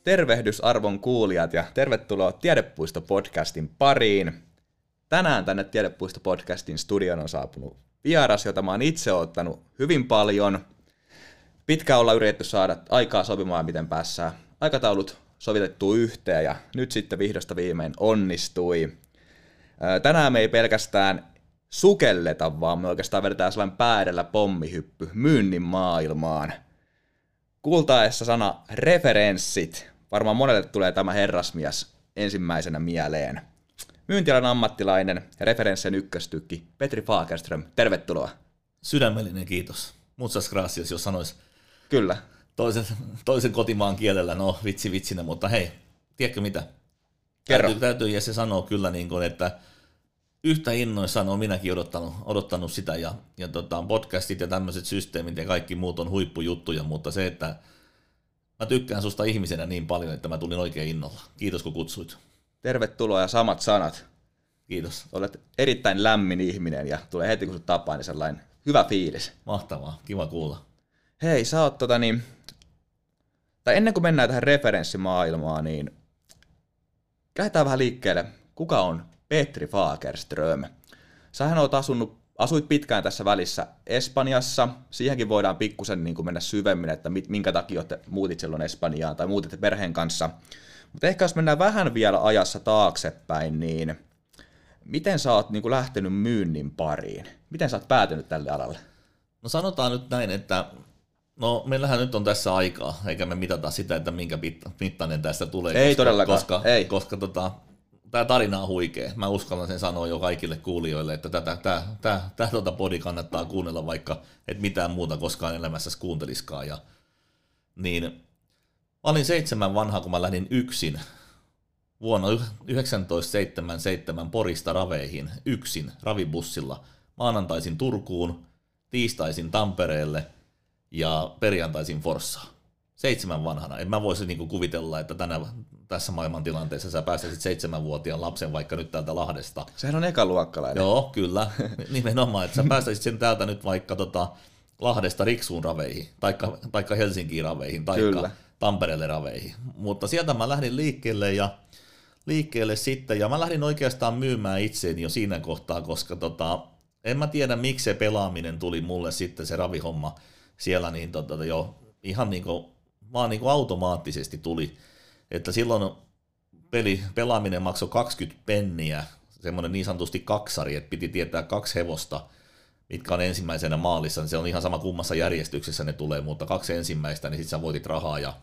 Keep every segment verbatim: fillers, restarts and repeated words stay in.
Tervehdys arvon kuulijat ja tervetuloa Tiedepuisto-podcastin pariin. Tänään tänne Tiedepuisto-podcastin studion on saapunut vieras, jota mä oon itse ottanut hyvin paljon. Pitkään ollaan yritetty saada aikaa sopimaan, miten päässään aikataulut sovitettua yhteen ja nyt sitten vihdosta viimein onnistui. Tänään me ei pelkästään sukelleta, vaan me oikeastaan vedetään sellainen pää edellä pommihyppy myynnin maailmaan. Kuultaessa sana referenssit, varmaan monelle tulee tämä herrasmies ensimmäisenä mieleen. Myyntialan ammattilainen ja referenssien ykköstykki Petri Fagerström, tervetuloa. Sydämellinen kiitos. Muchas gracias, jos sanois Kyllä. Toisen, toisen kotimaan kielellä, no vitsi vitsinä, mutta hei, tiedätkö mitä? Kerro. Täytyy, täytyy Jesse sanoa kyllä, niin kuin, että yhtä innoissaan olen minäkin odottanut, odottanut sitä, ja, ja tota, podcastit ja tämmöiset systeemit ja kaikki muut on huippujuttuja, mutta se, että mä tykkään susta ihmisenä niin paljon, että mä tulin oikein innolla. Kiitos, kun kutsuit. Tervetuloa ja samat sanat. Kiitos. Olet erittäin lämmin ihminen ja tulee heti kun sut tapaa, niin sellainen hyvä fiilis. Mahtavaa, kiva kuulla. Hei, sä oot tota niin, tai ennen kuin mennään tähän referenssimaailmaan, niin lähdetään vähän liikkeelle. Kuka on Petri Fagerström? Sähän oot asunut, asuit pitkään tässä välissä Espanjassa. Siihenkin voidaan pikkusen niin kuin mennä syvemmin, että minkä takia te muutit silloin Espanjaan tai muutitte perheen kanssa. Mutta ehkä jos mennään vähän vielä ajassa taaksepäin, niin miten sä oot niin kuin lähtenyt myynnin pariin? Miten sä oot päätynyt tälle alalle? No sanotaan nyt näin, että no meillähän nyt on tässä aikaa, eikä me mitata sitä, että minkä mittainen tästä tulee. Ei koska, todellakaan, koska, ei. Koska tota, tämä tarina on huikea. Mä uskallan sen sanoa jo kaikille kuulijoille, että tätä, tämä, tämä, tämä tuota podi kannattaa kuunnella, vaikka et mitään muuta koskaan elämässäsi kuunteliskaan. Ja, niin, mä olin seitsemän vanha, kun mä lähdin yksin vuonna tuhatyhdeksänsataaseitsemänkymmentäseitsemän Porista Raveihin yksin ravibussilla. Maanantaisin Turkuun, tiistaisin Tampereelle ja perjantaisin Forssaan. Seitsemän vanhana. En mä voisi niinku kuvitella, että tänä, tässä maailmantilanteessa sä päästäisit seitsemänvuotiaan lapsen vaikka nyt täältä Lahdesta. Sehän on ekaluokkalainen. Joo, kyllä. Nimenomaan, että sä päästäisit sen täältä nyt vaikka tota Lahdesta Riksuun raveihin, taikka, taikka Helsinkiin raveihin, taikka Kyllä. Tampereelle raveihin. Mutta sieltä mä lähdin liikkeelle ja liikkeelle sitten, ja mä lähdin oikeastaan myymään itseeni jo siinä kohtaa, koska tota, en mä tiedä, miksi se pelaaminen tuli mulle sitten, se ravihomma siellä, niin tota, jo ihan niin kuin, vaan niin kuin automaattisesti tuli, että silloin peli, pelaaminen maksoi kaksikymmentä penniä, semmoinen niin sanotusti kaksari, että piti tietää kaksi hevosta, mitkä on ensimmäisenä maalissa, niin se on ihan sama kummassa järjestyksessä ne tulee, mutta kaksi ensimmäistä, niin sitten sä voitit rahaa, ja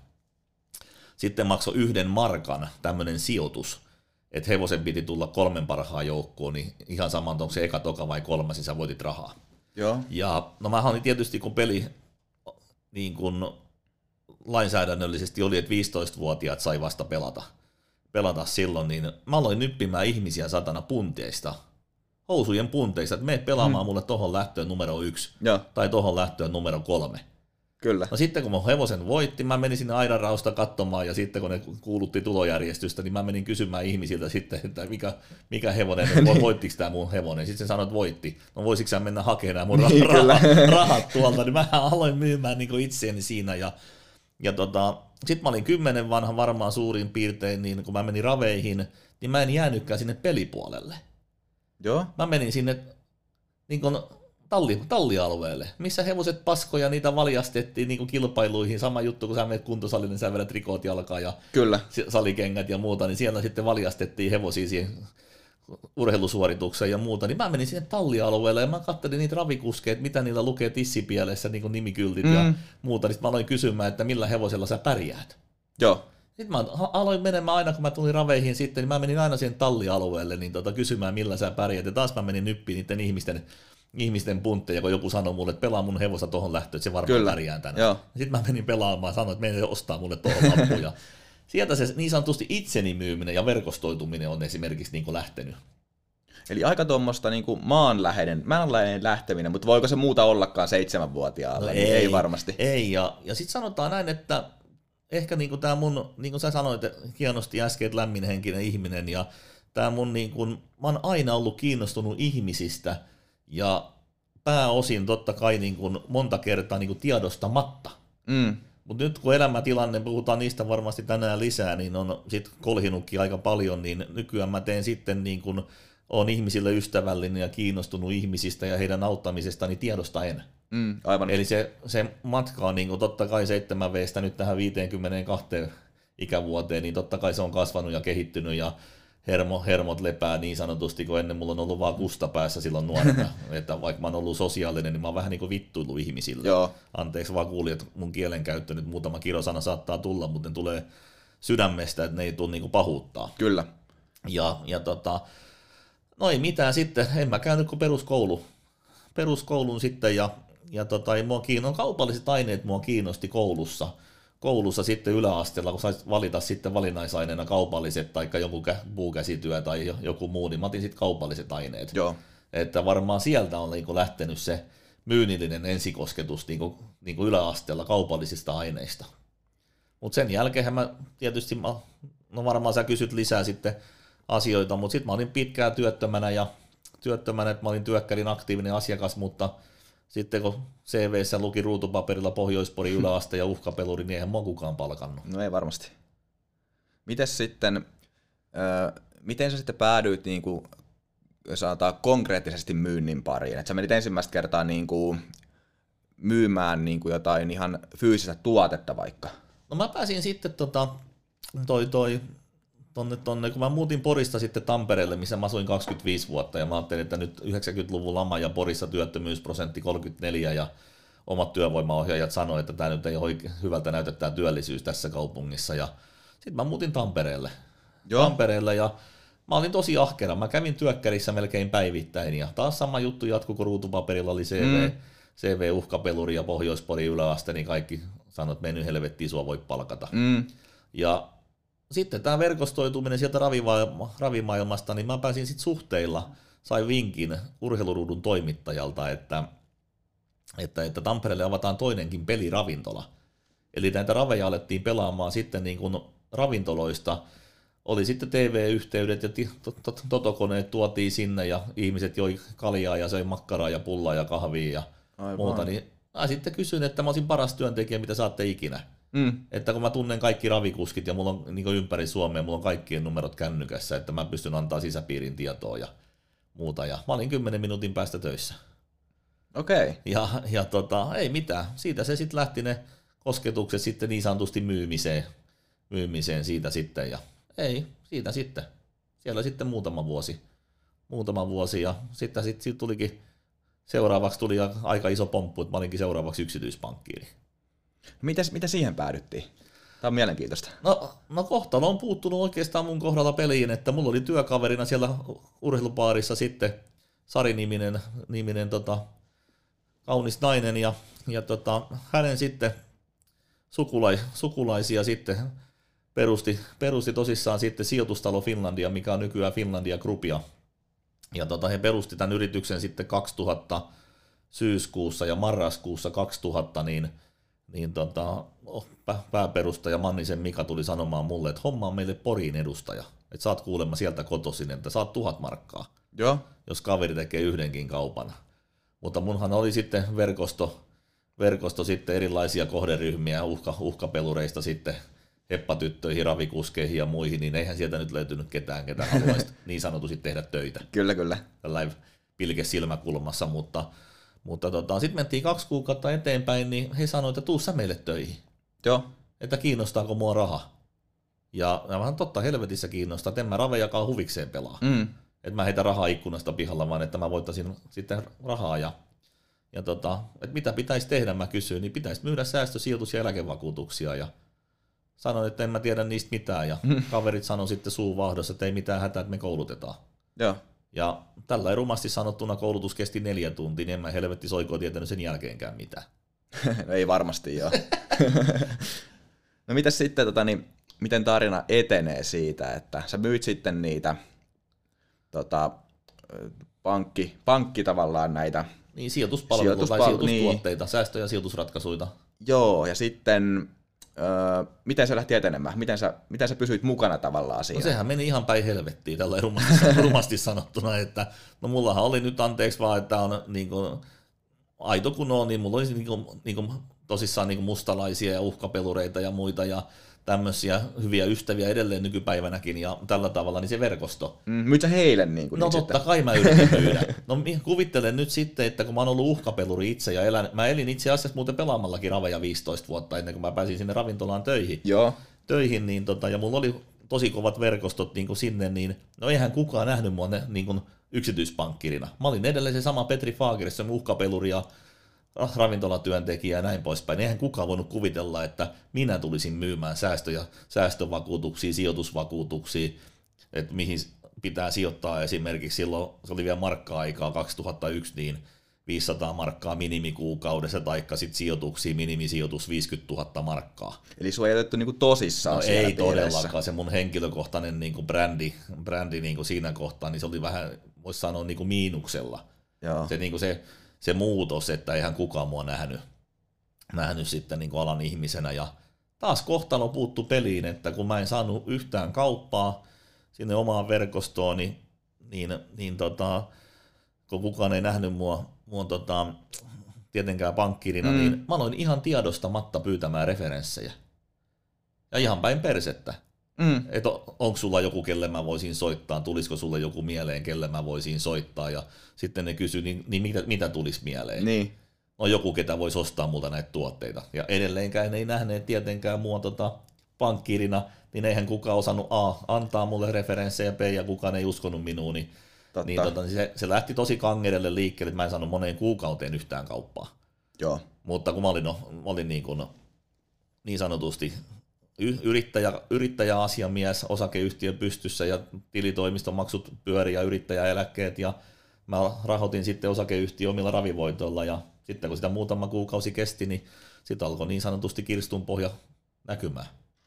sitten maksoi yhden markan tämmöinen sijoitus, että hevosen piti tulla kolmen parhaan joukkoon, niin ihan sama, onko se eka, toka vai kolmas, niin sä voitit rahaa. Joo. Ja no mähän olin tietysti, kun peli niin kun lainsäädännöllisesti oli, että viisitoistavuotiaat sai vasta pelata, pelata silloin, niin mä aloin nyppimään ihmisiä satana punteista, housujen punteista, että mene pelaamaan hmm. mulle tohon lähtöön numero yksi Joo. tai tohon lähtöön numero kolme. Kyllä. No sitten kun mun hevosen voitti, mä menin sinne aidanrausta katsomaan, ja sitten kun ne kuulutti tulojärjestystä, niin mä menin kysymään ihmisiltä sitten, että mikä, mikä hevonen, niin. voittiko tämä mun hevonen. Sitten se sanoi, että voitti. No voisitko sä mennä hakemaan mun niin, rahat, rahat tuolta, niin mä aloin myymään niin kuin itseäni siinä. Ja, ja tota, sitten mä olin kymmenen vanha varmaan suurin piirtein, niin kun mä menin raveihin, niin mä en jäänytkään sinne pelipuolelle. Joo. Mä menin sinne niin kuin Talli, tallialueelle, missä hevoset paskoja, niitä valjastettiin niin kuin kilpailuihin, sama juttu kun sä menet kuntosalille, niin sä vedät rikot jalkaan ja Kyllä. salikengät ja muuta, niin siellä sitten valjastettiin hevosia siihen urheilusuoritukseen ja muuta, niin mä menin sinne tallialueelle ja mä katselin niitä ravikuskeja, että mitä niillä lukee tissipielessä, niin kuin nimikyltit mm. ja muuta, niin mä aloin kysymään, että millä hevosella sä pärjäät. Joo. Sitten mä aloin menemään aina, kun mä tulin raveihin sitten, niin mä menin aina siihen tallialueelle niin tota, kysymään, millä sä pärjäät, ja taas mä menin nyppiin niiden ihmisten ihmisten puntteja, kun joku sanoi mulle, että pelaa mun hevosta tohon lähtöön, että se varmaan pärjää tänään. Sitten mä menin pelaamaan ja sanoin, että mene ostaa mulle tohon lappuja. Sieltä se niin sanotusti itseni myyminen ja verkostoituminen on esimerkiksi niin kuin lähtenyt. Eli aika tuommoista niin kuin maanläheinen, maanläheinen lähteminen, mutta voiko se muuta ollakaan seitsemänvuotiaalle? No ei, ei varmasti. Ei, ja, ja sitten sanotaan näin, että ehkä niin kuin tämä mun, niin kuin sä sanoit hienosti äsken, että lämminhenkinen ihminen, ja tämä mun, niin kuin, mä oon aina ollut kiinnostunut ihmisistä, ja pääosin totta kai niin kuin monta kertaa niin kuin tiedostamatta. Mm. Mutta nyt kun elämäntilanne, puhutaan niistä varmasti tänään lisää, niin on sitten kolhinutkin aika paljon, niin nykyään mä teen sitten niin kuin on ihmisille ystävällinen ja kiinnostunut ihmisistä ja heidän auttamisesta, niin tiedostaen. Mm, aivan. Eli se, se matka on niin kuin, totta kai seitsemän vuotta nyt tähän viisikymmentäkaksi ikävuoteen, niin totta kai se on kasvanut ja kehittynyt ja hermo, hermot lepää niin sanotusti, kun ennen mulla on ollut vaan kusta päässä silloin nuorena. Että vaikka mä oon ollut sosiaalinen, niin mä oon vähän niin kuin vittuillut ihmisille. Joo. Anteeksi vaan kuulin, että mun kielenkäyttö nyt muutama kirosana saattaa tulla, mutta ne tulee sydämestä, että ne ei tule niin kuin pahuuttaa. Kyllä. Ja, ja tota, no ei mitään sitten, en mä käynyt kuin peruskoulu. Peruskoulun sitten ja, ja tota, ei mua kiinno, kaupalliset aineet mua kiinnosti koulussa. Koulussa sitten yläasteella, kun sais valita sitten valinnaisaineena kaupalliset tai joku puukäsityö tai joku muu, niin mä otin sitten kaupalliset aineet. Joo. Että varmaan sieltä on niin kuin lähtenyt se myynnillinen ensikosketus niin kuin, niin kuin yläasteella kaupallisista aineista. Mutta sen jälkeen mä tietysti, no varmaan sä kysyt lisää sitten asioita, mutta sitten mä olin pitkään työttömänä ja työttömänä, että mä olin työkkärin aktiivinen asiakas, mutta sitten kun C V:ssä luki ruutupaperilla Pohjois-Porin yläaste ja uhkapeluri, niin eihän mua kukaan palkannut. No ei varmasti. Mites sitten, äh, miten sä sitten päädyit niin kuin, sanotaan, konkreettisesti myynnin pariin? Et sä menit ensimmäistä kertaa niin kuin, myymään niin kuin jotain ihan fyysistä tuotetta vaikka. No mä pääsin sitten tota, toi, toi, tonne, tonne, kun mä muutin Porista sitten Tampereelle, missä mä asuin kaksikymmentäviisi vuotta, ja mä ajattelin, että nyt yhdeksänkymmentäluvun lama ja Porissa työttömyysprosentti kolmekymmentäneljä, ja omat työvoimaohjaajat sanoivat, että tämä nyt ei ole hyvältä näytä tämä työllisyys tässä kaupungissa, ja sitten mä muutin Tampereelle. Joo. Tampereelle, ja mä olin tosi ahkera, mä kävin työkkärissä melkein päivittäin, ja taas sama juttu jatkui, kun ruutupaperilla oli C V, mm. C V-uhkapeluri ja Pohjois-Porin yläaste, niin kaikki sanoivat, että meny helvettiin, sua voi palkata. Mm. Ja sitten tämä verkostoituminen sieltä ravimaailmasta, niin mä pääsin sitten suhteilla, sain vinkin urheiluruudun toimittajalta, että, että, että Tampereelle avataan toinenkin peliravintola. Eli näitä raveja alettiin pelaamaan sitten niin kuin ravintoloista, oli sitten T V-yhteydet ja totokoneet tuotiin sinne ja ihmiset joi kaljaa ja söi makkaraa ja pullaa ja kahvia ja aivan muuta, niin mä sitten kysyin, että mä olisin paras työntekijä, mitä saatte ikinä. Mm. Että kun mä tunnen kaikki ravikuskit ja mulla on niin ympäri Suomea, mulla on kaikkien numerot kännykässä, että mä pystyn antaa sisäpiirin tietoa ja muuta. Ja mä olin kymmenen minuutin päästä töissä. Okei. Okay. Ja, ja tota, ei mitään. Siitä se sitten lähti ne kosketukset sitten niin sanotusti myymiseen, myymiseen siitä sitten. Ja ei, siitä sitten. Siellä sitten muutama vuosi. Muutama vuosi ja sitten sit, sit tulikin, seuraavaksi tuli aika iso pomppu, että mä olinkin seuraavaksi yksityispankkiiri. Mites, mitä siihen päädyttiin? Tämä on mielenkiintoista. No, no kohtalo on puuttunut oikeastaan mun kohdalla peliin, että mulla oli työkaverina siellä urheilupaarissa sitten Sari-niminen niminen, tota, kaunis nainen ja, ja tota, hänen sitten sukulais, sukulaisia sitten perusti, perusti tosissaan sitten sijoitustalo Finlandia, mikä on nykyään Finlandia Group. Ja, ja tota, he perusti tämän yrityksen sitten kaksituhatta syyskuussa ja marraskuussa kaksituhatta, niin niin tota, pääperustaja Mannisen Mika tuli sanomaan mulle, että homma on meille Poriin edustaja. Että saat kuulemma sieltä kotoisin, että saat tuhat markkaa, joo, jos kaveri tekee yhdenkin kaupan. Mutta munhan oli sitten verkosto, verkosto sitten erilaisia kohderyhmiä, uhka, uhkapelureista sitten heppatyttöihin, ravikuskeihin ja muihin, niin eihän sieltä nyt löytynyt ketään, ketä haluaisi niin sanotusti tehdä töitä. Kyllä, kyllä. Tällainen pilke silmäkulmassa, mutta Mutta tota, sitten mentiin kaksi kuukautta eteenpäin, niin he sanoivat, että tuu sä meille töihin. Joo. Että kiinnostaako mua raha. Ja vähän totta helvetissä kiinnostaa, että en mä ravejakaan huvikseen pelaa. Mm. Että mä heitän rahaa ikkunasta pihalla, vaan että mä voittaisin sitten rahaa. Ja, ja tota, että mitä pitäisi tehdä, mä kysyin, niin pitäisi myydä säästö-, sijoitus- ja eläkevakuutuksia. Ja sanoin, että en mä tiedä niistä mitään. Ja mm. kaverit sanoi sitten suun vahdossa, että ei mitään hätää, että me koulutetaan. Joo. Ja tällä rumasti sanottuna koulutus kesti neljä tuntia, niin en mä helvetti soikoa tietänyt sen jälkeenkään mitään. No ei varmasti joo. No mitäs sitten, tota, niin, miten tarina etenee siitä, että sä myyt sitten niitä tota, pankki, pankki tavallaan näitä niin, sijoituspalveluita sijoituspal- tai sijoitustuotteita, niin. Säästö- ja sijoitusratkaisuja. Joo, ja sitten Öö, miten se lähti etenemään? Miten sä, miten sä pysyit mukana tavallaan siinä? No sehän meni ihan päin helvettiin tällä rumasti, rumasti sanottuna, että no mullahan oli nyt anteeksi vaan, että on niin kuin, aito kun on, niin mulla oli niin kuin, niin kuin, tosissaan niin kuin mustalaisia ja uhkapelureita ja muita ja tämmöisiä hyviä ystäviä edelleen nykypäivänäkin ja tällä tavalla, niin se verkosto. Mm, myyt sä heille niin kuin No niin totta sitten? kai mä yritin myydä. No kuvittelen nyt sitten, että kun mä oon ollut uhkapeluri itse ja elän, mä elin itse asiassa muuten pelaamallakin raveja viisitoista vuotta ennen kuin mä pääsin sinne ravintolaan töihin. Joo. töihin niin tota, ja mulla oli tosi kovat verkostot niin kuin sinne, niin no eihän kukaan nähnyt mua ne, niin kuin yksityispankkirina. Mä olin edelleen se sama Petri Fager, se uhkapeluri ja ravintolatyöntekijä ja näin poispäin. Eihän kukaan voinut kuvitella, että minä tulisin myymään säästöjä, säästövakuutuksia, sijoitusvakuutuksia, että mihin pitää sijoittaa esimerkiksi silloin, se oli vielä markka-aikaa kaksituhattayksi, niin viisisataa markkaa minimikuukaudessa, taikka sitten sijoituksia, minimisijoitus viisikymmentätuhatta markkaa. Eli sua ei otettu niinku tosissaan No siellä ei piirissä. todellakaan, se mun henkilökohtainen niinku brändi, brändi niinku siinä kohtaa, niin se oli vähän, voisi sanoa niinku miinuksella. Joo. Se, niinku se, se muutos, että eihän kukaan mua nähnyt, nähnyt sitten niinku alan ihmisenä. Ja taas kohtalo puuttu peliin, että kun mä en saanut yhtään kauppaa sinne omaan verkostoon, niin, niin, niin tota, kun kukaan ei nähnyt mua, mua tota, tietenkään pankkirina, mm. niin mä aloin ihan tiedostamatta pyytämään referenssejä. Ja ihan päin persettä. Mm. Että onko sulla joku, kelle mä voisin soittaa, tulisiko sulle joku mieleen, kelle mä voisin soittaa, ja sitten ne kysyi, niin, niin mitä, mitä tulisi mieleen? Niin. No joku, ketä voisi ostaa multa näitä tuotteita. Ja edelleenkään ei nähneet tietenkään mua tota, pankkirina, niin eihän kukaan osannut A, antaa mulle referenssejä, B, ja kukaan ei uskonut minuun, niin Niin, tota, niin se, se lähti tosi kangerelle liikkeelle, että mä en saanut moneen kuukauteen yhtään kauppaa. Joo. Mutta kun mä olin, no, mä olin niin, kuin, niin sanotusti y- yrittäjä, yrittäjäasiamies, osakeyhtiö pystyssä ja tilitoimiston maksut pyöri ja yrittäjäeläkkeet ja mä rahoitin sitten osakeyhtiö omilla ravivoitoilla ja sitten kun sitä muutama kuukausi kesti, niin sitten alkoi niin sanotusti kirstun pohja näkymään.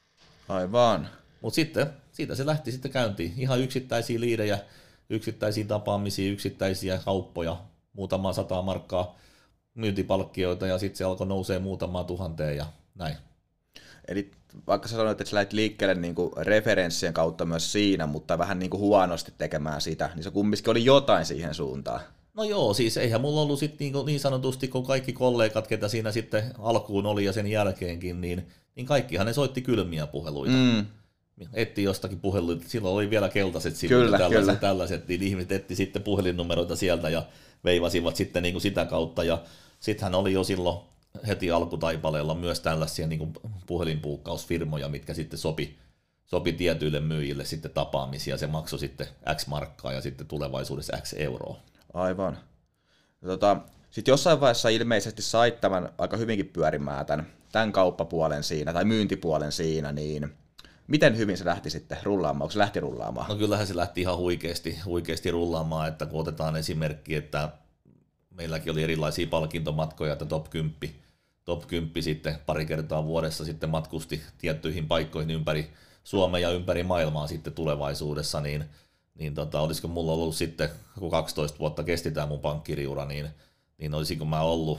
Aivan. Mutta sitten siitä se lähti sitten käyntiin. Ihan yksittäisiä liidejä, yksittäisiä tapaamisia, yksittäisiä kauppoja, muutamaa sataa markkaa myyntipalkkioita ja sitten se alkoi nousee muutamaa tuhanteen ja näin. Eli vaikka sä sanoit, että sä lähdit liikkeelle niinku referenssien kautta myös siinä, mutta vähän niinku huonosti tekemään sitä, niin se kumminkin oli jotain siihen suuntaan. No joo, siis eihän mulla ollut sit niin, niin sanotusti, kun kaikki kollegat, ketä siinä sitten alkuun oli ja sen jälkeenkin, niin, niin kaikkihan ne soitti kylmiä puheluita. Mm. Etti jostakin puheluita, silloin oli vielä keltaiset sivut kyllä, ja tällaiset, kyllä. tällaiset, niin ihmiset etti sitten puhelinnumeroita sieltä ja veivasivat sitten niin kuin sitä kautta. Ja sittenhän oli jo silloin heti alkutaipaleella myös tällaisia niin kuin puhelinpuukkausfirmoja, mitkä sitten sopi, sopi tietyille myyjille sitten tapaamisia. Se maksoi sitten X markkaa ja sitten tulevaisuudessa X euroa. Aivan. Tota, sitten jossain vaiheessa ilmeisesti sait tämän aika hyvinkin pyörimään tämän, tämän kauppapuolen siinä tai myyntipuolen siinä, niin miten hyvin se lähti sitten rullaamaan? Onko se lähti rullaamaan? No kyllähän se lähti ihan huikeasti, huikeasti rullaamaan, että kun otetaan esimerkki, että meilläkin oli erilaisia palkintomatkoja, että top kymmenen, top kymmenen sitten pari kertaa vuodessa sitten matkusti tiettyihin paikkoihin ympäri Suomea ja ympäri maailmaa sitten tulevaisuudessa, niin, niin tota, olisiko mulla ollut sitten, kun kaksitoista vuotta kesti tämä mun pankkiriura, niin, niin olisinko mä ollut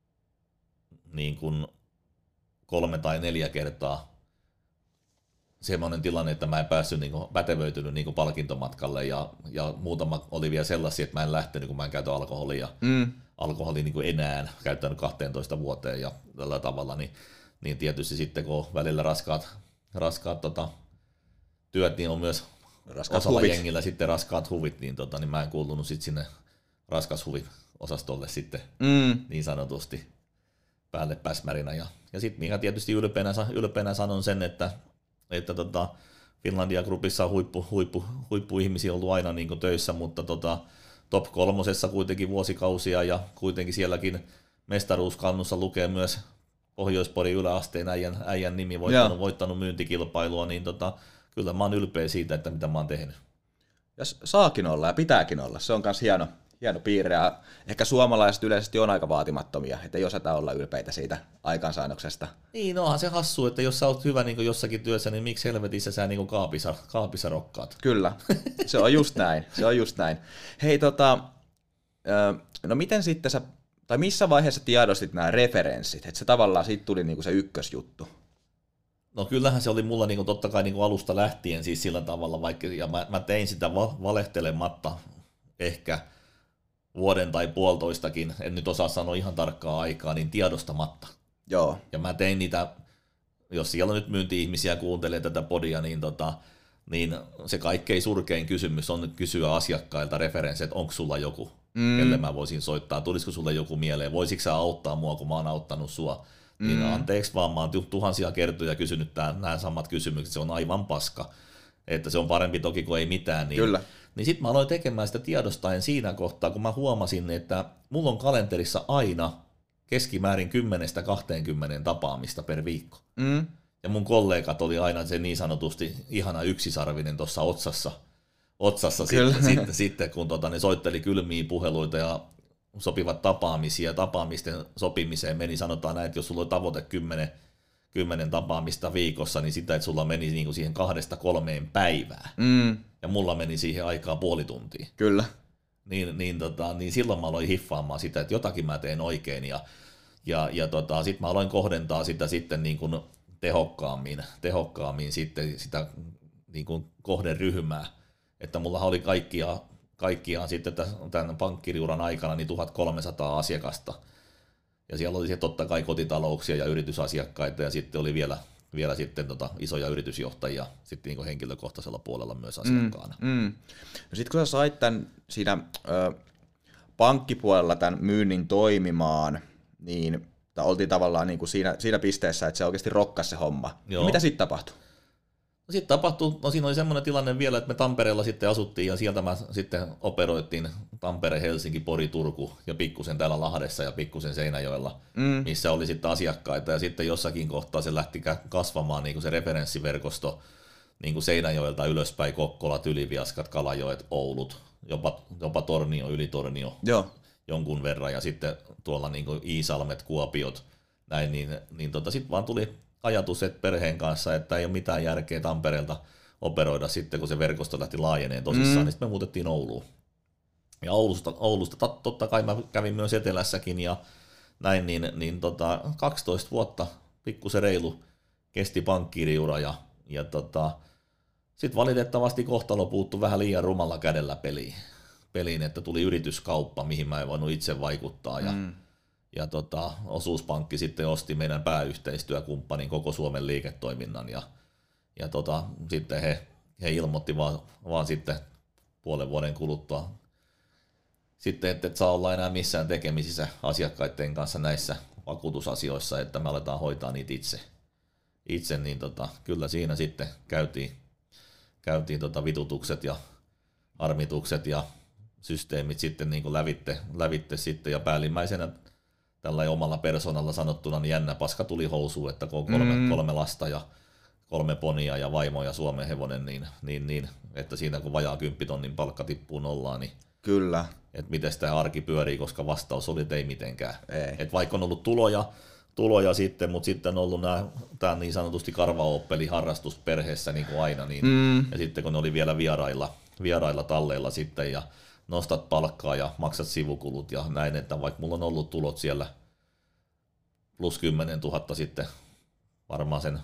niin kuin kolme tai neljä kertaa semmoinen tilanne, että mä en päässyt niin kuin, pätevöitynyt niin kuin palkintomatkalle ja, ja muutama oli vielä sellaisia, että mä en lähtenyt, kun mä en käytä alkoholia, mm. alkoholia niin kuin enää käyttänyt kahteentoista vuoteen ja tällä tavalla, niin, niin tietysti sitten kun on välillä raskaat, raskaat tota, työt, niin on myös raskaat osalla huvit. Jengillä sitten raskaat huvit, niin, tota, niin mä en kuulunut sitten sinne raskashuvit-osastolle sitten mm. niin sanotusti päälle päsmärinä. Ja, ja sitten mikä tietysti ylpeänä, ylpeänä sanon sen, että että tota, Finlandia Groupissa on huippu, huippu, huippuihmisiä ollut aina niin kuin töissä, mutta tota, top kolmosessa kuitenkin vuosikausia ja kuitenkin sielläkin mestaruuskannussa lukee myös Pohjois-Porin yläasteen äijän, äijän nimi voittanut, voittanut myyntikilpailua, niin tota, kyllä mä oon ylpeä siitä, että mitä mä oon tehnyt. Ja saakin olla ja pitääkin olla, se on myös hieno, hieno piirre ja ehkä suomalaiset yleisesti on aika vaatimattomia, että ei osata olla ylpeitä siitä aikaansaannoksesta. Niin, onhan se hassu, että jos sä oot hyvä niin jossakin työssä, niin miksi helvetissä sä niin kaapissa, kaapissa rokkaat? Kyllä, se on just näin, se on just näin. Hei tota, no miten sitten sä, tai missä vaiheessa tiedostit nämä referenssit, että se tavallaan siitä tuli niin kuin se ykkösjuttu? No kyllähän se oli mulla niin kuin, totta kai niin kuin alusta lähtien siis sillä tavalla, vaikka, ja mä, mä tein sitä valehtelematta ehkä vuoden tai puolitoistakin, en nyt osaa sanoa ihan tarkkaa aikaa, niin tiedostamatta. Joo. Ja mä tein niitä, jos siellä nyt myynti-ihmisiä kuuntelee tätä podia, niin, tota, niin se kaikkein surkein kysymys on kysyä asiakkailta referenssejä, että onko sulla joku, mm. kelle mä voisin soittaa, tulisiko sulle joku mieleen, voisitko sä auttaa mua, kun mä oon auttanut sua. Mm. Niin anteeksi vaan, mä oon tuhansia kertoja kysynyt nämä samat kysymykset, se on aivan paska. Että se on parempi toki kuin ei mitään. Niin, Kyllä. Niin sitten mä aloin tekemään sitä tiedostaen siinä kohtaa, kun mä huomasin, että mulla on kalenterissa aina keskimäärin kymmenestä kahteenkymmeneen tapaamista per viikko. Mm. Ja mun kollegat oli aina se niin sanotusti ihana yksisarvinen tuossa otsassa, otsassa sitten, sitten, sitten, kun tota, ne soitteli kylmiä puheluita ja sopivat tapaamisia. Tapaamisten sopimiseen meni, sanotaan näin, että jos sulla on tavoite kymmenen, kymmenen tapaamista viikossa, niin sitä, että sulla meni niinku siihen kahdesta kolmeen päivää. Mm. Ja mulla meni siihen aikaa puoli tuntia. Kyllä. Niin, niin, tota, niin silloin mä aloin hiffaamaan sitä, että jotakin mä teen oikein. Ja, ja, ja tota, sitten mä aloin kohdentaa sitä sitten niin kuin tehokkaammin, tehokkaammin sitten sitä niin kuin kohderyhmää. Että mulla oli kaikkia, kaikkiaan sitten tämän pankkiriuran aikana niin tuhatkolmesataa asiakasta. Ja siellä oli se totta kai kotitalouksia ja yritysasiakkaita ja sitten oli vielä, vielä sitten tota isoja yritysjohtajia sitten niin kuin henkilökohtaisella puolella myös asiakkaana. Mm, mm. No sitten kun sä sait tämän siinä ö, pankkipuolella tämän myynnin toimimaan, niin oltiin tavallaan niin kuin siinä, siinä pisteessä, että se oikeasti rokkasi se homma. Niin mitä sitten tapahtui? No sitten tapahtui, no siinä oli semmoinen tilanne vielä, että me Tampereella sitten asuttiin ja sieltä mä sitten operoittiin Tampere, Helsinki, Pori, Turku ja pikkusen täällä Lahdessa ja pikkusen Seinäjoella, mm. missä oli sitten asiakkaita ja sitten jossakin kohtaa se lähti kasvamaan niin kuin se referenssiverkosto niin kuin Seinäjoelta ylöspäin, Kokkolat, Yliviaskat, Kalajoet, Oulut, jopa, jopa Tornio, Ylitornio Joo. jonkun verran ja sitten tuolla niin kuin Iisalmet, Kuopiot, näin, niin, niin tota, sitten vaan tuli ajatus että perheen kanssa, että ei ole mitään järkeä Tampereelta operoida sitten, kun se verkosto lähti laajeneen tosissaan, mm. niin sitten me muutettiin Ouluun. Ja Oulusta, Oulusta totta kai mä kävin myös Etelässäkin ja näin, niin, niin tota, kaksitoista vuotta, pikkusen reilu, kesti pankkiiriura ja, ja tota, sitten valitettavasti kohtalo puuttui vähän liian rumalla kädellä peliin, peliin, että tuli yrityskauppa, mihin mä en voinut itse vaikuttaa ja mm. Ja tota, osuuspankki sitten osti meidän pääyhteistyökumppanin koko Suomen liiketoiminnan ja, ja tota, sitten he, he ilmoitti vaan, vaan sitten puolen vuoden kuluttua sitten, että et saa olla enää missään tekemisissä asiakkaiden kanssa näissä vakuutusasioissa, että me aletaan hoitaa niitä itse. Itse niin tota, kyllä siinä sitten käytiin, käytiin tota vitutukset ja armitukset ja systeemit sitten niin kuin lävitte, lävitte sitten ja päällimmäisenä tällä omalla persoonalla sanottuna niin jännä paska tuli housuun, että kun on kolme, mm. kolme lasta ja kolme ponia ja vaimo ja Suomen hevonen, niin, niin, niin että siinä kun vajaa kymppitonnin palkka tippuu nollaan, niin kyllä. Että miten tämä arki pyörii, koska vastaus oli, että ei mitenkään. Ei. Et vaikka on ollut tuloja, tuloja sitten, mutta sitten on ollut nämä, tämä niin sanotusti karvaoppeli harrastus perheessä niin kuin aina, niin, mm. ja sitten kun ne oli vielä vierailla, vierailla talleilla sitten ja nostat palkkaa ja maksat sivukulut ja näin, että vaikka mulla on ollut tulot siellä plus kymmenen tuhatta sitten varmaan sen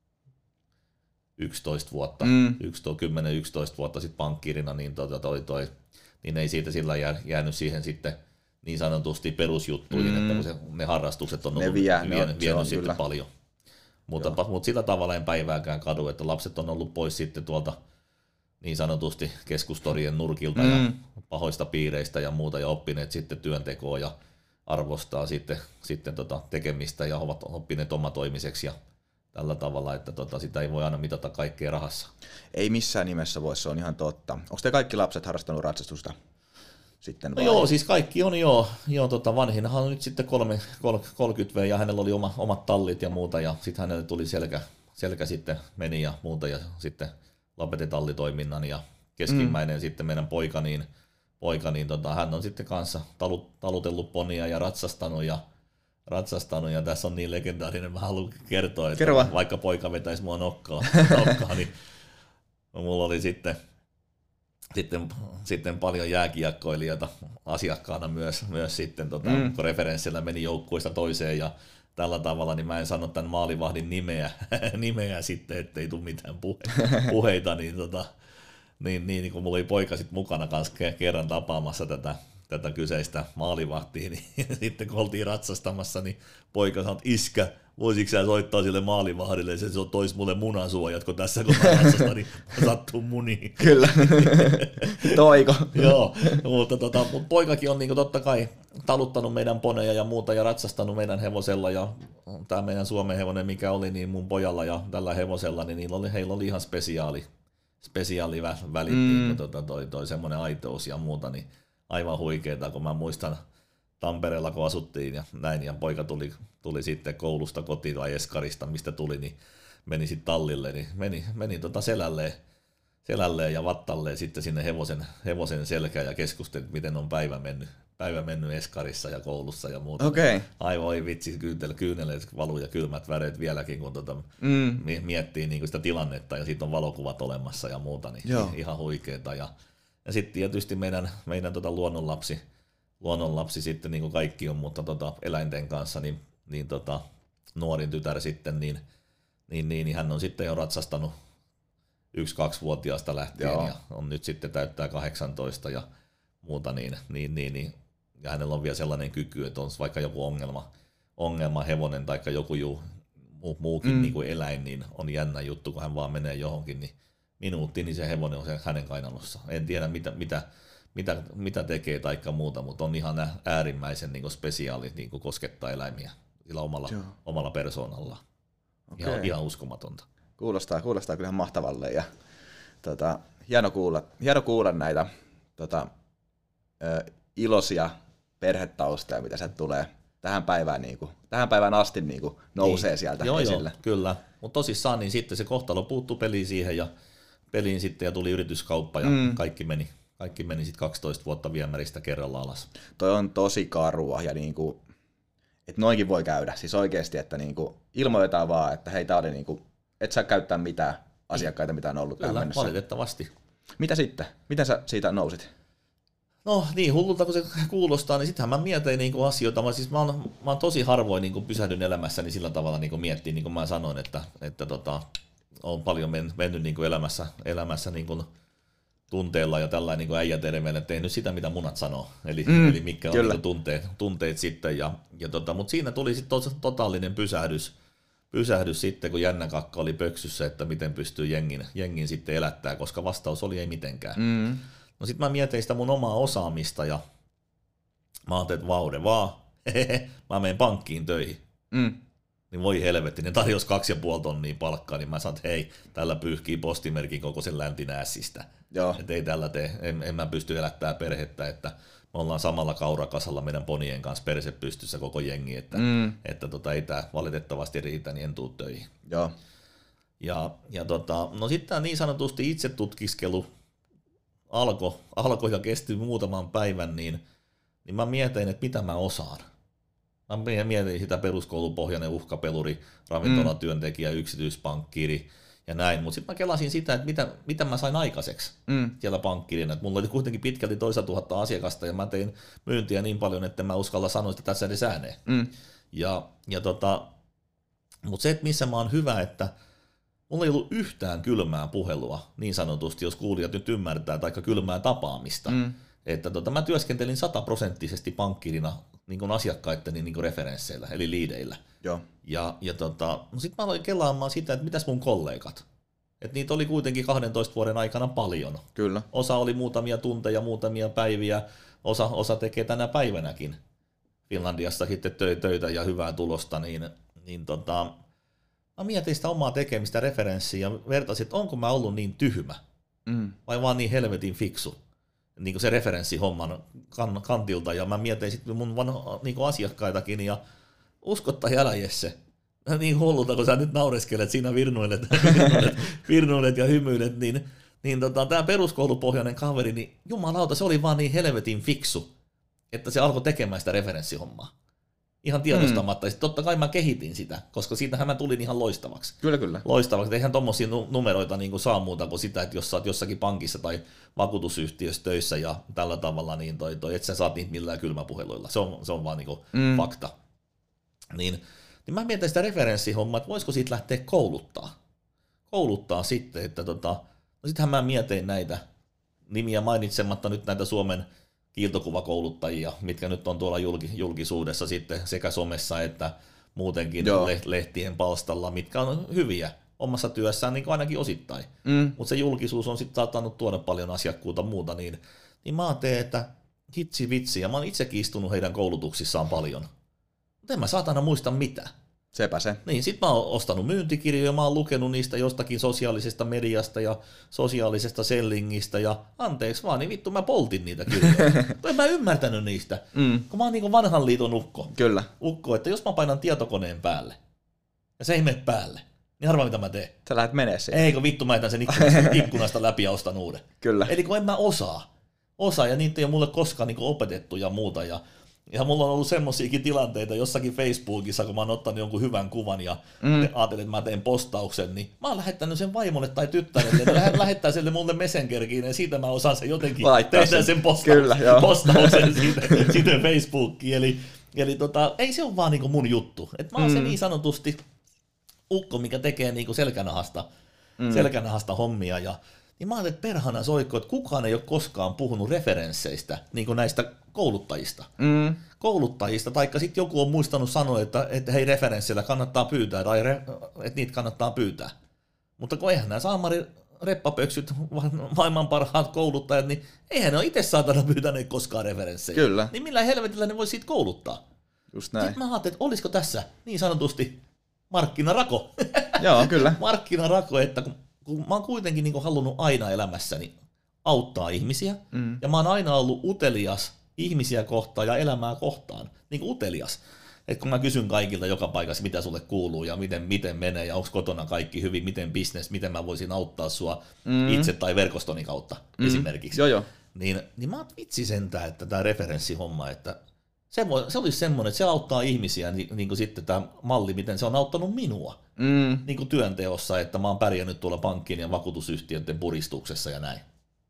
yksitoista vuotta, mm. kymmenen yksitoista vuotta sitten pankkiirina, niin, toi, toi, toi, niin ei siitä sillä jää, jäänyt siihen sitten niin sanotusti perusjuttuihin, mm. että kun se, ne harrastukset on ollut vie, vienyt, vienyt sitten kyllä. paljon. Mutta, mutta sillä tavalla en päivääkään kadu, että lapset on ollut pois sitten tuolta niin sanotusti keskustorien nurkilta mm. ja pahoista piireistä ja muuta ja oppineet sitten työntekoa ja arvostaa sitten, sitten tota tekemistä ja ovat oppineet omatoimiseksi ja tällä tavalla, että tota, sitä ei voi aina mitata kaikkea rahassa. Ei missään nimessä voi, se on ihan totta. Onko te kaikki lapset harrastanut ratsastusta? Sitten no joo, siis kaikki on joo. joo tota vanhinhan on nyt sitten kolme, kolmekymmentä vuotta ja hänellä oli oma, omat tallit ja muuta ja sitten hänelle tuli selkä, selkä sitten meni ja muuta ja sitten lopetin tallitoiminnan ja keskimmäinen mm. sitten meidän poika, niin, poika, niin tota, hän on sitten kanssa talut, talutellut ponia ja ratsastanut ja, ratsastanut ja tässä on niin legendaarinen, mä haluan kertoa, että Kerva. vaikka poika vetäisi mua nokkaa, nokkaa niin mulla oli sitten, sitten, sitten paljon jääkiekkoilijoita asiakkaana myös, myös sitten, tota, mm. kun referenssillä meni joukkueesta toiseen ja tällä tavalla, niin mä en sano tämän maalivahdin nimeä, nimeä sitten, ettei tule mitään puhe, puheita, niin, tota, niin, niin, niin kun mulla oli poika sitten mukana kanssa kerran tapaamassa tätä, tätä kyseistä maalivahtia, niin sitten kun oltiin ratsastamassa, niin poika sanoi, että iskä, voisitko sä soittaa sille maalivahdille, ja se toisi mulle munasuojat, kun tässä kun mä ratsastan, niin sattuu muniin. Kyllä, toiko. Joo, mutta, tota, mutta poikakin on niin totta kai taluttanut meidän poneja ja muuta ja ratsastanut meidän hevosella, ja tämä meidän Suomen hevonen, mikä oli, niin mun pojalla ja tällä hevosella, niin niillä oli, heillä oli ihan spesiaali, spesiaali välit, mm. niin, tota, toi, toi semmoinen aitous ja muuta, niin aivan huikeeta, kun mä muistan Tampereella, kun asuttiin ja näin, ja poika tuli, tuli sitten koulusta kotiin tai Eskarista, mistä tuli, niin meni sitten tallille, niin meni, meni tota selälleen, selälleen ja vattalleen sitten sinne hevosen, hevosen selkään ja keskusteli, miten on päivä mennyt, päivä mennyt Eskarissa ja koulussa ja muuta. Okay. Aivan oi vitsi, kyyneleet valuu ja kylmät väreet vieläkin, kun tota mm. miettii niin kuin sitä tilannetta ja siitä on valokuvat olemassa ja muuta, niin Joo. ihan huikeeta. Ja, ja sitten tietysti meidän, meidän tota luonnonlapsi, luonnonlapsi sitten niin kuin kaikki on, mutta tota eläinten kanssa, niin, niin tota, nuorin tytär sitten, niin, niin, niin, niin hän on sitten jo ratsastanut yksi-kaksivuotiaasta lähtien Joo. ja on nyt sitten täyttää kahdeksantoista ja muuta, niin, niin, niin, niin ja hänellä on vielä sellainen kyky, että on vaikka joku ongelma, ongelma hevonen tai joku juu, muu, muukin mm. niin kuin eläin, niin on jännä juttu, kun hän vaan menee johonkin, niin minuutti, niin se hevonen on se hänen kainalossa. En tiedä, mitä, mitä, mitä, mitä tekee tai muuta, mutta on ihan äärimmäisen niin kuin spesiaali niin kuin koskettaa eläimiä sillä omalla, omalla persoonallaan. Okay. Ihan, ihan uskomatonta. Kuulostaa, kuulostaa kyllähän mahtavalle ja tota, hieno, kuulla, hieno kuulla näitä tota, ö, iloisia perhetaustoja, mitä sieltä tulee tähän päivään, niin kuin, tähän päivään asti niin kuin nousee niin. sieltä joo, esille. Joo, kyllä, mutta tosissaan niin sitten se kohtalo puuttui peliin siihen ja peliin sitten ja tuli yrityskauppa ja mm. kaikki meni, kaikki meni sitten kaksitoista vuotta viemäristä kerralla alas. Toi on tosi karua ja niin kuin, että noinkin voi käydä, siis oikeasti, että niin kuin ilmoitetaan vaan, että hei, tää oli niin kuin, et saa käyttää mitään asiakkaita, mitä on ollut tähän mennessä. Valitettavasti. Mitä sitten? Miten sä siitä nousit? No niin, hullulta kun se kuulostaa, niin sittenhän mä mietin niinku asioita. Mä, siis mä, oon, mä oon tosi harvoin niinku pysähdyn elämässäni sillä tavalla niinku miettiä, niin kuin mä sanoin, että, että tota, on paljon men, mennyt niinku elämässä, elämässä niinku tunteella ja tällainen niinku äijäterveellä, tehnyt sitä, mitä munat sanoo. Eli, mm, eli mitkä on niinku tunteet, tunteet sitten. Ja, ja tota, mutta siinä tuli sitten to, totaalinen pysähdys. Pysähdys sitten, kun jännä kakka oli pöksyssä, että miten pystyy jengin, jengin sitten elättää, koska vastaus oli ei mitenkään. Mm. No sit mä mietin sitä mun omaa osaamista ja mä ajattelin, että vaude vaan, mä menen pankkiin töihin. Mm. Niin voi helvetti, ne tarjosi kaksi ja puoli tonnia palkkaa, niin mä sanoin, että hei, tällä pyyhkii postimerkin koko sen läntinäässistä. Että ei tällä tee, en, en mä pysty elättämään perhettä, että me ollaan samalla kaurakasalla meidän ponien kanssa perse pystyssä koko jengi, että, mm. että tota, ei tää valitettavasti riitä, niin en tuu töihin. Joo. Ja, ja tota, no sitten tämä niin sanotusti itse tutkiskelu alkoi alko ja kesti muutaman päivän, niin, niin mä mietin, että mitä mä osaan. Mä mietin sitä peruskoulupohjainen uhkapeluri, ravintolatyöntekijä, mm. yksityispankkiiri ja näin, mutta sitten mä kelasin sitä, että mitä, mitä mä sain aikaiseksi mm. siellä pankkirina. Että mulla oli kuitenkin pitkälti toista tuhatta asiakasta ja mä tein myyntiä niin paljon, että mä uskalla sanoa sitä tässä edes ääneen. Mm. Ja, ja tota, mutta se, että missä mä oon hyvä, että mulla ei ollut yhtään kylmää puhelua, niin sanotusti, jos kuulijat nyt ymmärtää, tai kylmää tapaamista. Mm. Että tota, mä työskentelin sataprosenttisesti pankkirina niin kuin asiakkaiden niin kuin referensseillä, eli liideillä. Joo. Ja, ja tota, no sitten mä aloin kelaamaan sitä, että mitäs mun kollegat. Että niitä oli kuitenkin kahdentoista vuoden aikana paljon. Kyllä. Osa oli muutamia tunteja, muutamia päiviä, osa, osa tekee tänä päivänäkin Finlandiassa sitten töitä ja hyvää tulosta, niin, niin tota, mä mietin sitä omaa tekemistä referenssiä ja vertaisin, että onko mä ollut niin tyhmä mm. vai vaan niin helvetin fiksu. Niin kuin se referenssihomman kan, kantilta, ja mä mietin sitten mun vanho, niin kuin asiakkaitakin, ja uskotta älä Jesse, niin hullulta, kun sä nyt naureskelet, siinä virnuilet, virnuilet, virnuilet ja hymyilet, niin, niin tota, tämä peruskoulupohjainen kaveri, niin jumalauta, se oli vaan niin helvetin fiksu, että se alkoi tekemään sitä referenssihommaa. Ihan tiedostamatta. Mm. Totta kai mä kehitin sitä, koska siitähän mä tulin ihan loistavaksi. Kyllä, kyllä. Loistavaksi. Eihän tommosia numeroita niin kuin saa muuta kuin sitä, että jos sä oot jossakin pankissa tai vakuutusyhtiössä töissä ja tällä tavalla, niin toi, toi, et sä saat niitä millään kylmäpuheluilla. Se on, se on vaan niin kuin mm. fakta. Niin, niin mä mietin sitä referenssihommaa, että voisiko siitä lähteä kouluttaa. Kouluttaa sitten, että tota, no sittenhän mä mietin näitä nimiä mainitsematta nyt näitä Suomen kiiltokuvakouluttajia, mitkä nyt on tuolla julkisuudessa sitten sekä somessa että muutenkin Joo. lehtien palstalla, mitkä on hyviä omassa työssään niin ainakin osittain. Mm. Mutta se julkisuus on sitten saattanut tuoda paljon asiakkuutta muuta, niin, niin mä teen, että hitsi vitsi, ja mä oon itsekin istunut heidän koulutuksissaan paljon. Mutta en mä saatana muista mitä. Sepä se. Niin, sit mä oon ostanut myyntikirjoja, mä oon lukenut niistä jostakin sosiaalisesta mediasta ja sosiaalisesta sellingistä, ja anteeksi vaan, niin vittu mä poltin niitä kirjoja. En mä ymmärtänyt niistä, Mm. kun mä oon niinku vanhan liiton ukko. Kyllä. Ukko, että jos mä painan tietokoneen päälle, ja se ei mene päälle, niin arvaa mitä mä teen. Sä lähdet menee siihen. Eikö vittu, mä etän sen ikkunasta, ikkunasta läpi ja ostan uuden. Kyllä. Eli kun en mä osaa. Osaa, ja niitä ei ole mulle koskaan niinku opetettu ja muuta. Ja, ja mulla on ollut semmoisiakin tilanteita jossakin Facebookissa, kun mä oon ottanut jonkun hyvän kuvan ja mm. ajattelin, että mä teen postauksen, niin mä oon lähettänyt sen vaimolle tai tyttärelle, että hän lähettää sille mulle Messengerkiin, ja siitä mä osaan sen jotenkin laittaa tehdä sen, sen posta- Kyllä, postauksen siitä, siitä Facebookiin. Eli, eli tota, ei se ole vaan niinku mun juttu. Et mä oon mm. se niin sanotusti ukko, mikä tekee niinku selkänahasta, mm. selkänahasta hommia. Ja, niin mä ajattelin, että perhana soikko, että kukaan ei ole koskaan puhunut referensseistä, niin kuin näistä kouluttajista. Mm. Kouluttajista, taikka sitten joku on muistanut sanoa, että, että hei, referensseillä kannattaa pyytää, tai re, että niitä kannattaa pyytää. Mutta kun eihän nämä saamari reppapöksyt, maailman parhaat kouluttajat, niin eihän ne ole itse saatana pyytäneet koskaan referenssejä. Kyllä. Niin millä helvetillä ne voi siitä kouluttaa? Just näin. Sitten mä ajattelin, että olisiko tässä niin sanotusti markkinarako? Joo, kyllä. Markkinarako, että kun, kun mä oon kuitenkin niin kuin halunnut aina elämässäni auttaa ihmisiä, mm. ja mä oon aina ollut utelias ihmisiä kohtaan ja elämää kohtaan, niin kuin utelias. Että kun mä kysyn kaikilta joka paikassa, mitä sulle kuuluu ja miten, miten menee ja onko kotona kaikki hyvin, miten business, miten mä voisin auttaa sua mm. itse tai verkostoni kautta mm. esimerkiksi. Joo, joo. Niin, niin mä oon vitsi sentään, että tämä referenssihomma, että se, voi, se olisi semmoinen, että se auttaa ihmisiä, niin, niin kuin sitten tämä malli, miten se on auttanut minua mm. niin kuin työnteossa, että mä oon pärjännyt tuolla pankkien ja vakuutusyhtiöiden puristuksessa ja näin.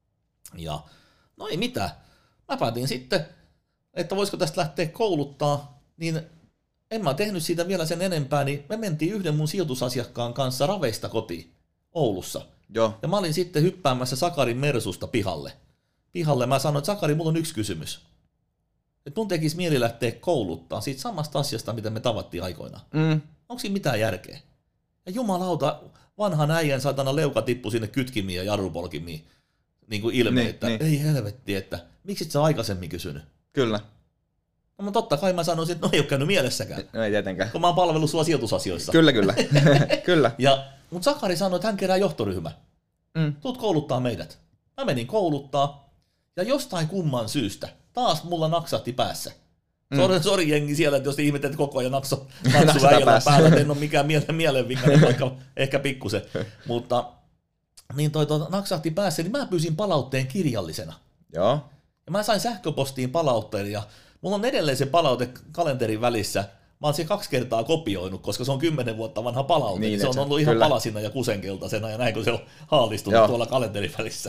Ja no ei mitään. Mä päätin sitten, että voisiko tästä lähteä kouluttaa, niin en mä tehnyt siitä vielä sen enempää, niin me mentiin yhden mun sijoitusasiakkaan kanssa Raveista kotiin Oulussa. Joo. Ja mä olin sitten hyppäämässä Sakarin Mersusta pihalle. Pihalle mä sanoin, että Sakari, mulla on yksi kysymys. Että mun tekisi mieli lähteä kouluttaa siitä samasta asiasta, mitä me tavattiin aikoinaan. Mm. Onko siinä mitään järkeä? Ja jumalauta, vanhan äijän saatana leuka tippui sinne kytkimiin ja jarrupolkimiin. Niin kuin ilme, niin, että niin. Ei helvetti, että miksi et sä aikaisemmin kysynyt? Kyllä. No totta kai mä sanoisin, että no ei ole käynyt mielessäkään. No ei tietenkään. Kun mä oon palvellut sua sijoitusasioissa. Kyllä, kyllä. kyllä. Ja, mutta Sakari sanoi, että hän kerää johtoryhmä. Mm. Tuut kouluttaa meidät. Mä menin kouluttaa, ja jostain kumman syystä taas mulla naksahti päässä. Mm. Sori, sori jengi siellä, että jos ihmettelet koko ajan nakso, naksu äijällä päällä, että en ole mikään mielen, mielenvikainen, vaikka ehkä pikkusen. Mutta niin toi, toi naksahti päässä, niin mä pyysin palautteen kirjallisena. Joo. Ja mä sain sähköpostiin palautteen, ja mulla on edelleen se palaute kalenterin välissä. Mä oon sen kaksi kertaa kopioinut, koska se on kymmenen vuotta vanha palaute. Niin, se on ollut ihan kyllä. palasina ja kusenkeltaisena, ja näin kun se on haalistunut Joo. tuolla kalenterin välissä.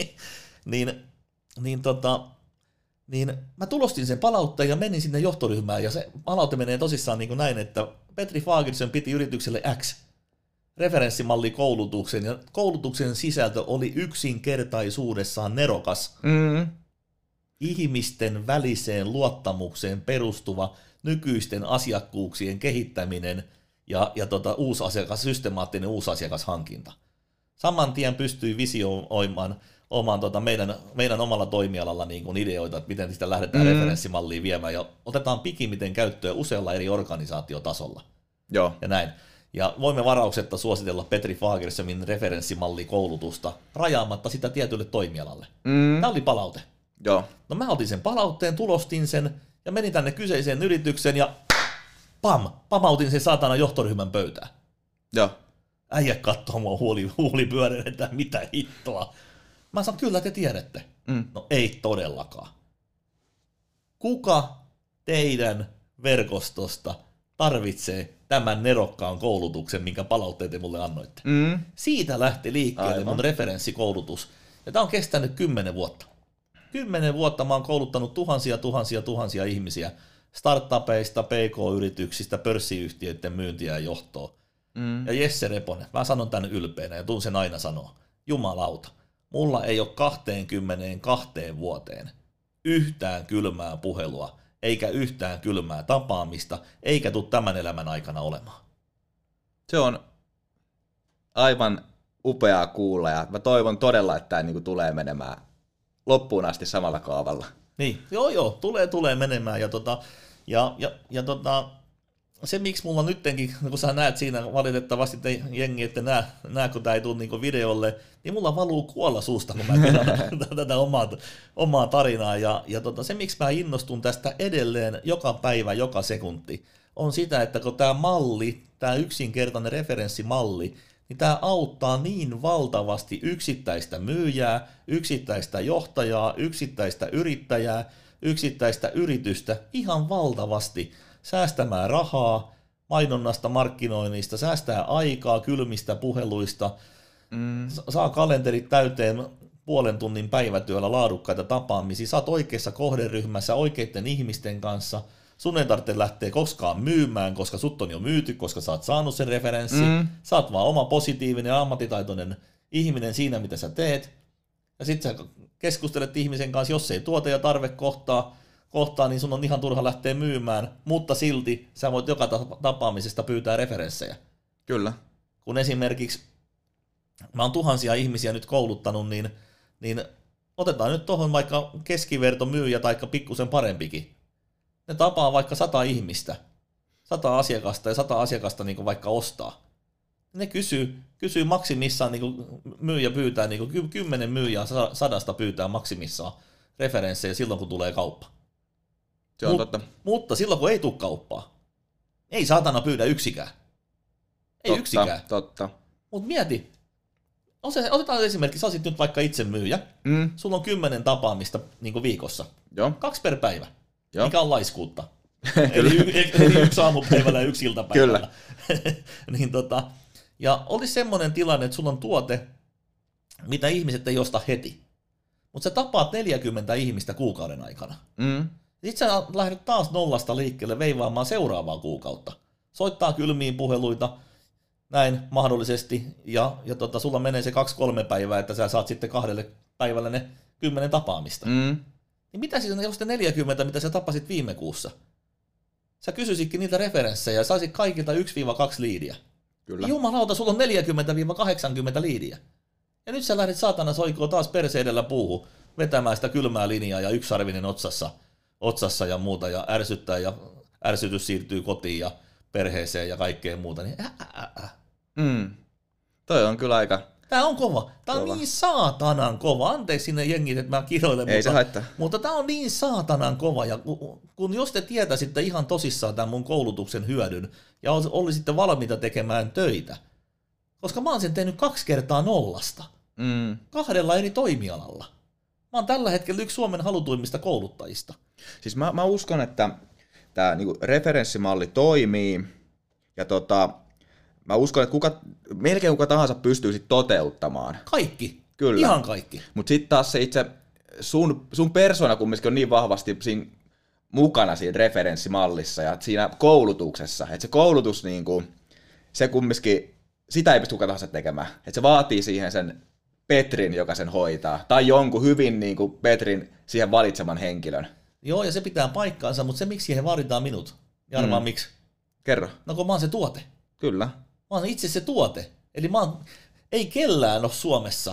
niin, niin, tota, niin mä tulostin sen palautteen ja menin sinne johtoryhmään, ja se palaute menee tosissaan niin kuin näin, että Petri Fagerström piti yritykselle X referenssimalli koulutuksen, ja koulutuksen sisältö oli yksinkertaisuudessaan nerokas. Mm. Ihmisten väliseen luottamukseen perustuva nykyisten asiakkuuksien kehittäminen ja, ja tota, uusi asiakas, systemaattinen uusi asiakashankinta. Saman tien pystyi visioimaan oman, tota, meidän, meidän omalla toimialalla niin kuin ideoita, että miten sitä lähdetään mm. referenssimalliin viemään, ja otetaan pikimiten käyttöön usealla eri organisaatiotasolla. Joo. Ja näin. Ja voimme varauksetta suositella Petri Fagerströmin referenssimallikoulutusta rajaamatta sitä tietylle toimialalle. Mm. Tämä oli palaute. Joo. No mä otin sen palautteen, tulostin sen ja menin tänne kyseiseen yritykseen ja pam, pamautin sen saatana johtoryhmän pöytään. Joo. Äijä kattoo mua huuli, huuli pyörän, että mitä hittoa. Mä sanon, kyllä te tiedätte. Mm. No ei todellakaan. Kuka teidän verkostosta tarvitsee tämän nerokkaan koulutuksen, minkä palautteet te mulle annoitte? Mm. Siitä lähti liikkeelle Aivan. mun referenssikoulutus. Ja tää on kestänyt kymmenen vuotta. Kymmenen vuotta mä oon kouluttanut tuhansia, tuhansia, tuhansia ihmisiä startupeista, P K-yrityksistä, pörssiyhtiöiden myyntiä ja johtoa. Mm. Ja Jesse Reponen, mä sanon tän ylpeänä ja tuun sen aina sanoa, jumalauta, mulla ei ole kaksikymmentäkaksi vuoteen yhtään kylmää puhelua, eikä yhtään kylmää tapaamista, eikä tule tämän elämän aikana olemaan. Se on aivan upeaa kuulla ja mä toivon todella, että tämä niinku tulee menemään loppuun asti samalla kaavalla. Niin, joo joo, tulee tulee menemään ja, tota, ja, ja, ja tota, se miksi mulla nyttenkin, kun sä näet siinä valitettavasti te jengi, että nää, nää kun tää ei tule niinku videolle, niin mulla valuu kuolla suusta, kun mä kerron tätä omaa, omaa tarinaa ja, ja tota, se miksi mä innostun tästä edelleen joka päivä, joka sekunti, on sitä, että kun tämä malli, tämä yksinkertainen referenssimalli, niin tämä auttaa niin valtavasti yksittäistä myyjää, yksittäistä johtajaa, yksittäistä yrittäjää, yksittäistä yritystä ihan valtavasti säästämään rahaa mainonnasta, markkinoinnista, säästää aikaa kylmistä puheluista, mm. saa kalenterit täyteen puolen tunnin päivätyöllä laadukkaita tapaamisia, sä oot oikeassa kohderyhmässä oikeiden ihmisten kanssa, sun ei tarvitse lähteä koskaan myymään, koska sut on jo myyty, koska sä oot saanut sen referenssi. Mm. Sä oot vaan oma positiivinen ja ammattitaitoinen ihminen siinä, mitä sä teet. Ja sit sä keskustelet ihmisen kanssa, jos ei tuote ja tarve kohtaa, kohtaa, niin sun on ihan turha lähteä myymään, mutta silti sä voit joka tapaamisesta pyytää referenssejä. Kyllä. Kun esimerkiksi mä oon tuhansia ihmisiä nyt kouluttanut, niin, niin otetaan nyt tuohon vaikka keskiverto myyjä tai pikkusen parempikin. Ne tapaa vaikka sata ihmistä, sata asiakasta ja sata asiakasta niin kuin vaikka ostaa. Ne kysyy, kysyy maksimissaan, niin kuin myyjä pyytää, niin kuin kymmenen myyjää sadasta pyytää maksimissaan referenssejä silloin, kun tulee kauppa. Se on Mut, totta. Mutta silloin, kun ei tule kauppaa, ei saatana pyydä yksikään. Ei totta, yksikään. Totta. Mutta mieti, otetaan esimerkki, sä olisit nyt vaikka itse myyjä, mm. sulla on kymmenen tapaamista niin kuin viikossa, Joo. kaksi per päivä. Joo. Mikä on laiskuutta. eli, y- eli yksi aamupäivällä ja yksi iltapäivällä. niin tota, ja olisi semmoinen tilanne, että sulla on tuote, mitä ihmiset ei osta heti. Mutta sä tapaat neljäkymmentä ihmistä kuukauden aikana. Mm. Sitten sä lähdet taas nollasta liikkeelle veivaamaan seuraavaa kuukautta. Soittaa kylmiin puheluita, näin mahdollisesti, ja, ja tota, sulla menee se kaksi kolme päivää, että sä saat sitten kahdelle päivälle ne kymmenen tapaamista. Mm. Niin mitä siis on jos neljäkymmentä, mitä sä tapasit viime kuussa? Sä kysyisitkin niitä referenssejä ja saisit kaikilta yksi kaksi liidiä. Kyllä. Jumalauta, sulla on neljäkymmentä kahdeksankymmentä liidiä. Ja nyt sä lähdet saatana soikoon taas perse edellä puuhun, vetämään sitä kylmää linjaa ja yksarvinen otsassa, otsassa ja muuta, ja ärsyttää ja ärsytys siirtyy kotiin ja perheeseen ja kaikkea muuta. Niin äh, äh, äh. Mm. Toi on kyllä aika... Tää on kova. Tää on kova. Niin saatanan kova. Anteeksi sinne jengit, että mä kiroilen. Ei mutta, se haittaa. Mutta tää on niin saatanan kova. Ja kun, kun jos te tietäisitte ihan tosissaan tämän mun koulutuksen hyödyn ja olisitte valmiita tekemään töitä, koska mä oon sen tehnyt kaksi kertaa nollasta. Mm. Kahdella eri toimialalla. Mä oon tällä hetkellä yksi Suomen halutuimmista kouluttajista. Siis mä, mä uskon, että tää niinku referenssimalli toimii ja tota... Mä uskon, että kuka, melkein kuka tahansa pystyy sit toteuttamaan. Kaikki. Kyllä. Ihan kaikki. Mutta sitten taas se itse sun, sun persona kumminkin on niin vahvasti siinä mukana siinä referenssimallissa ja siinä koulutuksessa. Että se koulutus, niinku, se kumminkin, sitä ei pysty kuka tahansa tekemään. Että se vaatii siihen sen Petrin, joka sen hoitaa. Tai jonkun hyvin niinku Petrin siihen valitseman henkilön. Joo, ja se pitää paikkaansa, mutta se miksi siihen vaaditaan minut? Ja arvaa mm. miksi? Kerro. No kun mä oon se tuote. Kyllä. Mä oon itse se tuote. Eli mä oon, ei kellään ole Suomessa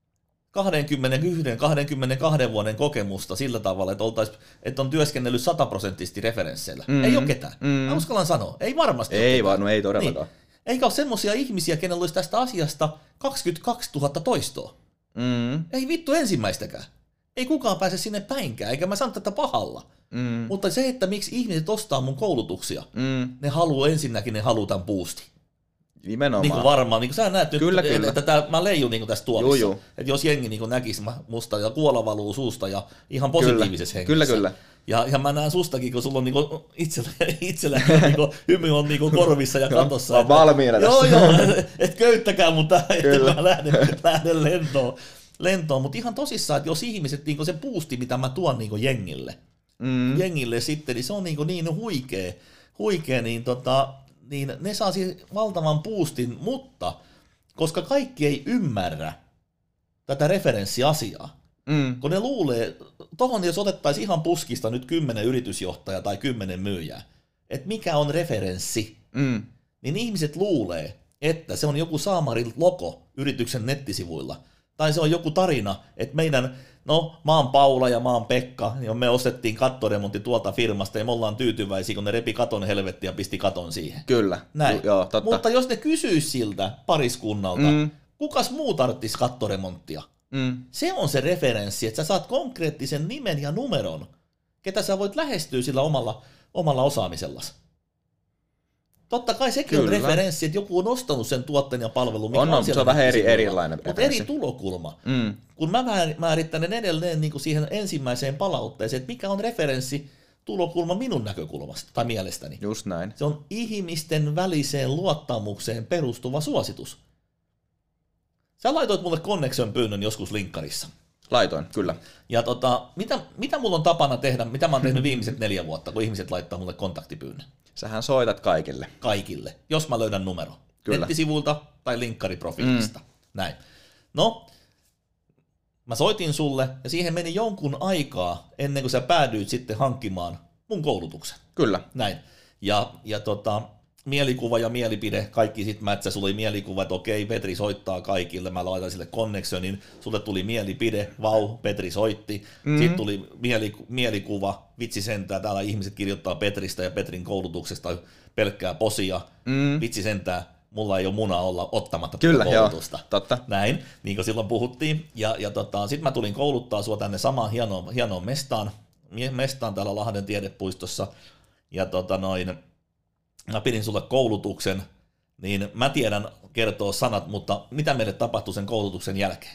kaksikymmentäyksi kaksikymmentäkaksi vuoden kokemusta sillä tavalla, että, oltais, että on työskennellyt sataprosenttisesti referensseillä. Mm-hmm. Ei ole ketään. Mm-hmm. Mä uskallan sanoa. Ei varmasti Ei vaan, no ei todellakaan. Niin. Eikä ole semmoisia ihmisiä, kenellä olisi tästä asiasta kaksikymmentäkaksituhatta toistoa. Mm-hmm. Ei vittu ensimmäistäkään. Ei kukaan pääse sinne päinkään, eikä mä sano tätä pahalla. Mm. Mutta se, että miksi ihmiset ostaa mun koulutuksia, mm. ne haluaa ensinnäkin, ne haluaa tämän boostin. Nimenomaan. Niin kuin varmaan, niin kuin sä näet nyt, kyllä, että, kyllä. että tää, mä leijun niin kuin tässä tuolissa. Joo, joo. Että jos jengi niin kuin näkisi musta ja kuola valuu suusta ja ihan positiivisessa hengessä. Kyllä, kyllä. Ja, ja mä näen sustakin, kun sulla on niin kuin itsellä, itsellä niin kuin, hymy on niin kuin korvissa ja katossa. Mä oon valmiina tässä. Joo, joo, et köyttäkää mun tää, että mä lähden, lähden lentoon. lentoon. Mutta ihan tosissaan, että jos ihmiset, niin kuin se boosti, mitä mä tuon niin kuin jengille, mm. jengille sitten, niin se on niin, kuin niin huikea, huikea niin, tota, niin ne saa siis valtavan boostin, mutta koska kaikki ei ymmärrä tätä referenssiasiaa, Mm. Kun ne luulee, tohon jos otettaisiin ihan puskista nyt kymmenen yritysjohtajaa tai kymmenen myyjää, että mikä on referenssi, mm. niin ihmiset luulee, että se on joku Saamarin logo yrityksen nettisivuilla. Tai se on joku tarina, että meidän, no mä oon Paula ja mä oon Pekka, ja me ostettiin kattoremontti tuolta firmasta ja me ollaan tyytyväisiä, kun ne repi katon helvetti ja pisti katon siihen. Kyllä, näin. Joo, totta. Mutta jos ne kysyis siltä pariskunnalta, mm. kukas muu tarvitsisi kattoremonttia? Mm. Se on se referenssi, että sä saat konkreettisen nimen ja numeron, ketä sä voit lähestyä sillä omalla, omalla osaamisellasi. Totta kai sekin Kyllä. on referenssi, että joku on ostanut sen tuotteen ja palvelun, mikä on, on, se on vähän eri, erilainen mutta eri tulokulma. Mm. Kun mä määrittänen edelleen niin kuin siihen ensimmäiseen palautteeseen, että mikä on referenssi tulokulma minun näkökulmasta tai mielestäni. Just näin. Se on ihmisten väliseen luottamukseen perustuva suositus. Sä laitoit mulle connection pyynnön joskus linkkarissa. Laitoin, kyllä. Ja tota, mitä, mitä mulla on tapana tehdä, mitä mä oon tehnyt viimeiset neljä vuotta, kun ihmiset laittaa mulle kontaktipyynnön? Sähän soitat kaikille. Kaikille, jos mä löydän numero. Kyllä. Nettisivulta tai linkkariprofiilista. Mm. Näin. No, mä soitin sulle ja siihen meni jonkun aikaa ennen kuin sä päädyit sitten hankkimaan mun koulutuksen. Kyllä. Näin. Ja, ja tota, mielikuva ja mielipide, kaikki sit mätsä, sulla oli mielikuva, että okei, Petri soittaa kaikille, mä laitan sille connectionin, sulle tuli mielipide, vau, Petri soitti, mm. sitten tuli mieliku- mielikuva, vitsi sentää, täällä ihmiset kirjoittaa Petristä ja Petrin koulutuksesta pelkkää posia, mm. vitsi sentää, mulla ei ole muna olla ottamatta Kyllä, koulutusta. Joo, totta. Näin, niin kuin silloin puhuttiin, ja, ja tota, sitten mä tulin kouluttaa sua tänne samaan hienoon, hienoon mestaan, mestaan täällä Lahden tiedepuistossa, ja tota noin, mä pidin sulle koulutuksen, niin mä tiedän kertoa sanat, mutta mitä meille tapahtui sen koulutuksen jälkeen?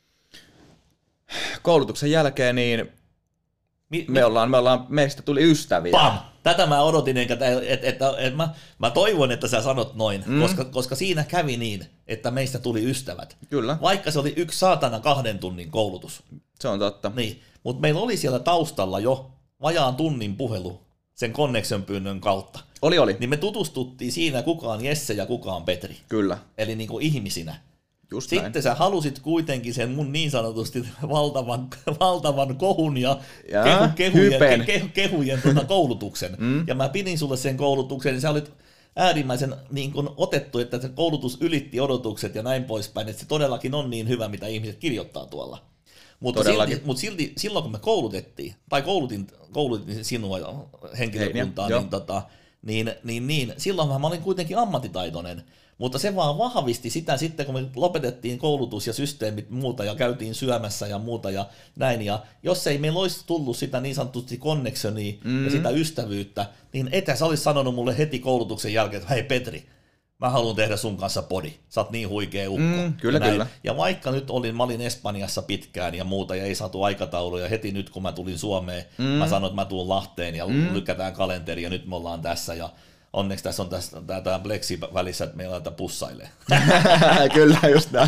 Koulutuksen jälkeen niin mi, me, mi, ollaan, me ollaan, meistä tuli ystäviä. Pam! Tätä mä odotin, että, että, että, että mä, mä toivon, että sä sanot noin, mm. koska, koska siinä kävi niin, että meistä tuli ystävät. Kyllä. Vaikka se oli yksi saatana kahden tunnin koulutus. Se on totta. Niin, mutta meillä oli siellä taustalla jo vajaan tunnin puhelu sen connection pyynnön kautta. Oli, oli. Niin me tutustuttiin siinä, kuka on Jesse ja kuka on Petri. Kyllä. Eli niin kuin ihmisinä. Just Sitten näin. sä halusit kuitenkin sen mun niin sanotusti valtavan, valtavan kohun ja, ja kehu, kehujen, ke, kehujen tuota koulutuksen. Mm. Ja mä pidin sulle sen koulutuksen, niin sä olit äärimmäisen niin kuin otettu, että se koulutus ylitti odotukset ja näin poispäin, että se todellakin on niin hyvä, mitä ihmiset kirjoittaa tuolla. Mutta silti, mutta silti silloin, kun me koulutettiin, tai koulutin, koulutin sinua ja henkilökuntaa, Hei, niin, tota, niin, niin, niin silloin mä olin kuitenkin ammattitaitoinen, mutta se vaan vahvisti sitä sitten, kun me lopetettiin koulutus ja systeemit muuta ja käytiin syömässä ja muuta ja näin. Ja jos ei meillä olisi tullut sitä niin sanotusti connectionia mm. ja sitä ystävyyttä, niin etä sä olisi sanonut mulle heti koulutuksen jälkeen, että hei Petri, mä haluan tehdä sun kanssa podi. Sä oot niin huikea ukko. Mm, kyllä, ja kyllä. Ja vaikka nyt olin, mä olin Espanjassa pitkään ja muuta ja ei saatu aikatauluja, heti nyt kun mä tulin Suomeen, mm. mä sanoin, että mä tuun Lahteen ja mm. lykätään kalenteri ja nyt me ollaan tässä ja onneksi tässä on tässä, tää, tää Plexi välissä, että meillä aletaan pussailee. Kyllä, just näin.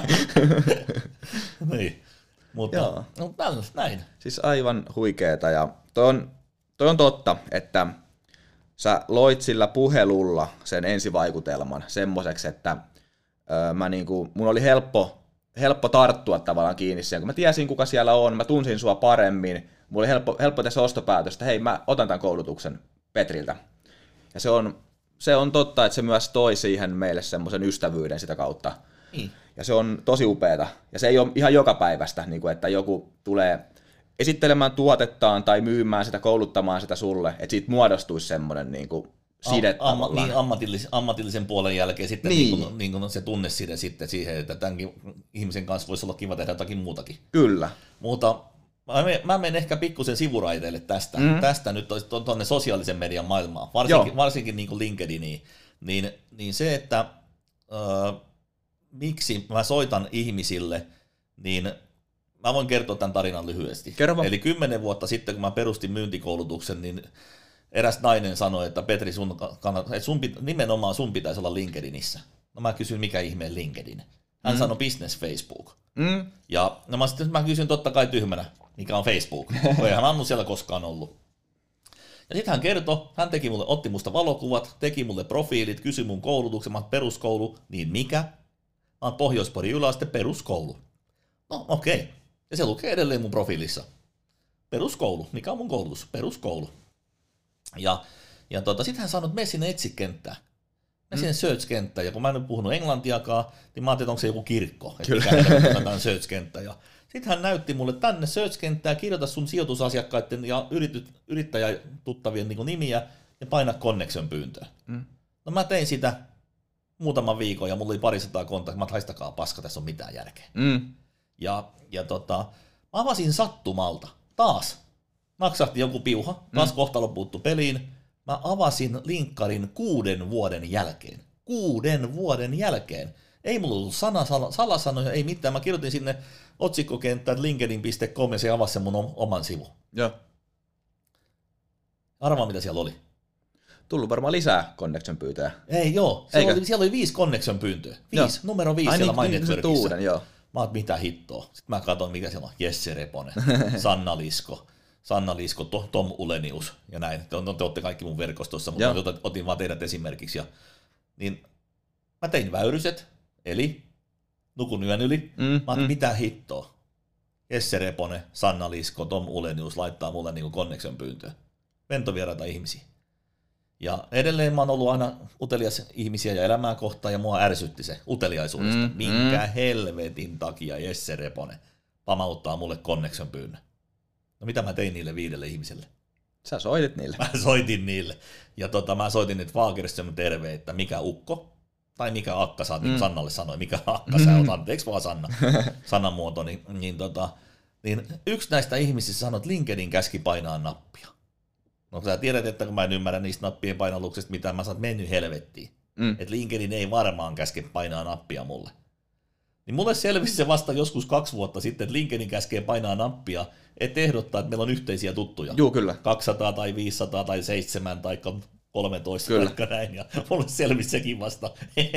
Niin, mutta no, näin. Siis aivan huikeeta ja toi on, toi on totta, että sä loit sillä puhelulla sen ensivaikutelman semmoiseksi, että öö, mä niinku, mun oli helppo, helppo tarttua tavallaan kiinni siihen, kun mä tiesin kuka siellä on, mä tunsin sua paremmin, mulla oli helppo, helppo tässä ostopäätöstä, hei mä otan tämän koulutuksen Petriltä. Ja se on, se on totta, että se myös toi siihen meille semmoisen ystävyyden sitä kautta. Mm. Ja se on tosi upeeta. Ja se ei ole ihan joka päivästä, niin kuin, että joku tulee esittelemään tuotettaan tai myymään sitä, kouluttamaan sitä sulle, että siitä muodostuisi semmoinen niin kuin side Am, am, niin ammatillis, ammatillisen puolen jälkeen sitten niin. Niin kuin, niin kuin se tunneside sitten siihen, että tämänkin ihmisen kanssa voisi olla kiva tehdä jotakin muutakin. Kyllä. Mutta mä menen, mä menen ehkä pikkusen sivuraiteille tästä, mm. tästä nyt tuonne sosiaalisen median maailmaan, varsinkin, varsinkin niin kuin LinkedIniin, niin, niin se, että äh, miksi mä soitan ihmisille, niin mä voin kertoa tämän tarinan lyhyesti. Kerro. Eli kymmenen vuotta sitten, kun mä perustin myyntikoulutuksen, niin eräs nainen sanoi, että Petri, sun, kannat, että sun, nimenomaan sun pitäisi olla LinkedInissä. No mä kysyin, mikä ihmeen LinkedIn? Hän mm. sanoi Business Facebook. Mm. Ja no mä, sitten, mä kysyin totta kai tyhmänä, mikä on Facebook. Eihän Annu siellä koskaan ollut. Ja sitten hän kertoi, hän teki mulle, otti musta valokuvat, teki mulle profiilit, kysyi mun koulutuksen, mä oon peruskoulu, niin mikä? Mä oon Pohjois-Porin yläaste peruskoulu. No okei. Okay. Ja se lukee edelleen mun profiilissa. Peruskoulu, mikä on mun koulutus? Peruskoulu. Ja, ja tota, sitten hän sanoi, että mene sinne etsikenttään. Mene sinne search-kenttään. Ja kun mä en ole puhunut englantiakaan, niin mä ajattelin, että onko se joku kirkko. Kyllä. Että search-kenttä. Ja sitten hän näytti mulle tänne search-kenttään, kirjoita sun sijoitusasiakkaiden ja yrittäjätuttavien niin nimiä ja paina connection pyyntöä. Mm. No mä tein sitä muutaman viikon ja mulla oli parisataa kontaktia. Mä haistakaa paska, tässä on mitään järkeä. Mm. Ja, ja tota, mä avasin sattumalta. Taas naksahti joku piuha. Taas mm. kohtalo puuttu peliin. Mä avasin linkkarin kuuden vuoden jälkeen. Kuuden vuoden jälkeen. Ei mulla ollut sana, sala, salasanoja, ei mitään. Mä kirjoitin sinne otsikkokenttään linkedin piste com ja se avasi sen mun oman sivun. Joo. Arvaa mitä siellä oli. Tullut varmaan lisää connection pyyntöjä. Ei joo, siellä oli, siellä oli viisi connection pyyntöä. Viisi, joo. Numero viisi. Ai, siellä niin, MyNetworkissa. Joo. Mä oot mitä hittoa. Sitten mä katson mikä siellä on. Jesse Reponen, Sanna Lisko. Sanna Lisko, Tom Ulenius ja näin. Te, te olette kaikki mun verkostossa, mutta mä otin, otin vaan teidät esimerkiksi. Ja, niin mä tein väyryset, eli nukun yön yli. Mm, mä otin mm. mitä hittoa. Jesse Reponen, Sanna Lisko, Tom Ulenius laittaa mulle niinku connection pyyntöä. Ventovieraita ihmisiä. Ja edelleen mä oon ollut aina utelias ihmisiä ja elämää kohtaan, ja mua ärsytti se uteliaisuudesta. Mm, Minkä mm. helvetin takia Jesse Reponen pamauttaa mulle connection pyynnön. No mitä mä tein niille viidelle ihmiselle? Sä soitit niille. Mä soitin niille. Ja tota, mä soitin, että Fagerström terve, että mikä ukko, tai mikä akka sä oot, mm. niin Sannalle sanoi, mikä akka sä oot, anteeksi vaan Sanna, Sannan muoto, niin, niin, tota, niin yksi näistä ihmisistä sanoi, että LinkedIn käski painaa nappia. No sä tiedät, että kun mä en ymmärrä niistä nappien painalluksesta mitään, mä sanon, että mennyt helvettiin. Mm. Että LinkedIn ei varmaan käske painaa nappia mulle. Niin mulle selvisi se vasta joskus kaksi vuotta sitten, että LinkedIn käskee painaa nappia, että ehdottaa, että meillä on yhteisiä tuttuja. Juu, kyllä. kaksisataa tai viisisataa tai seitsemän tai kolmetoista tai näin. Ja mulle selvisi sekin vasta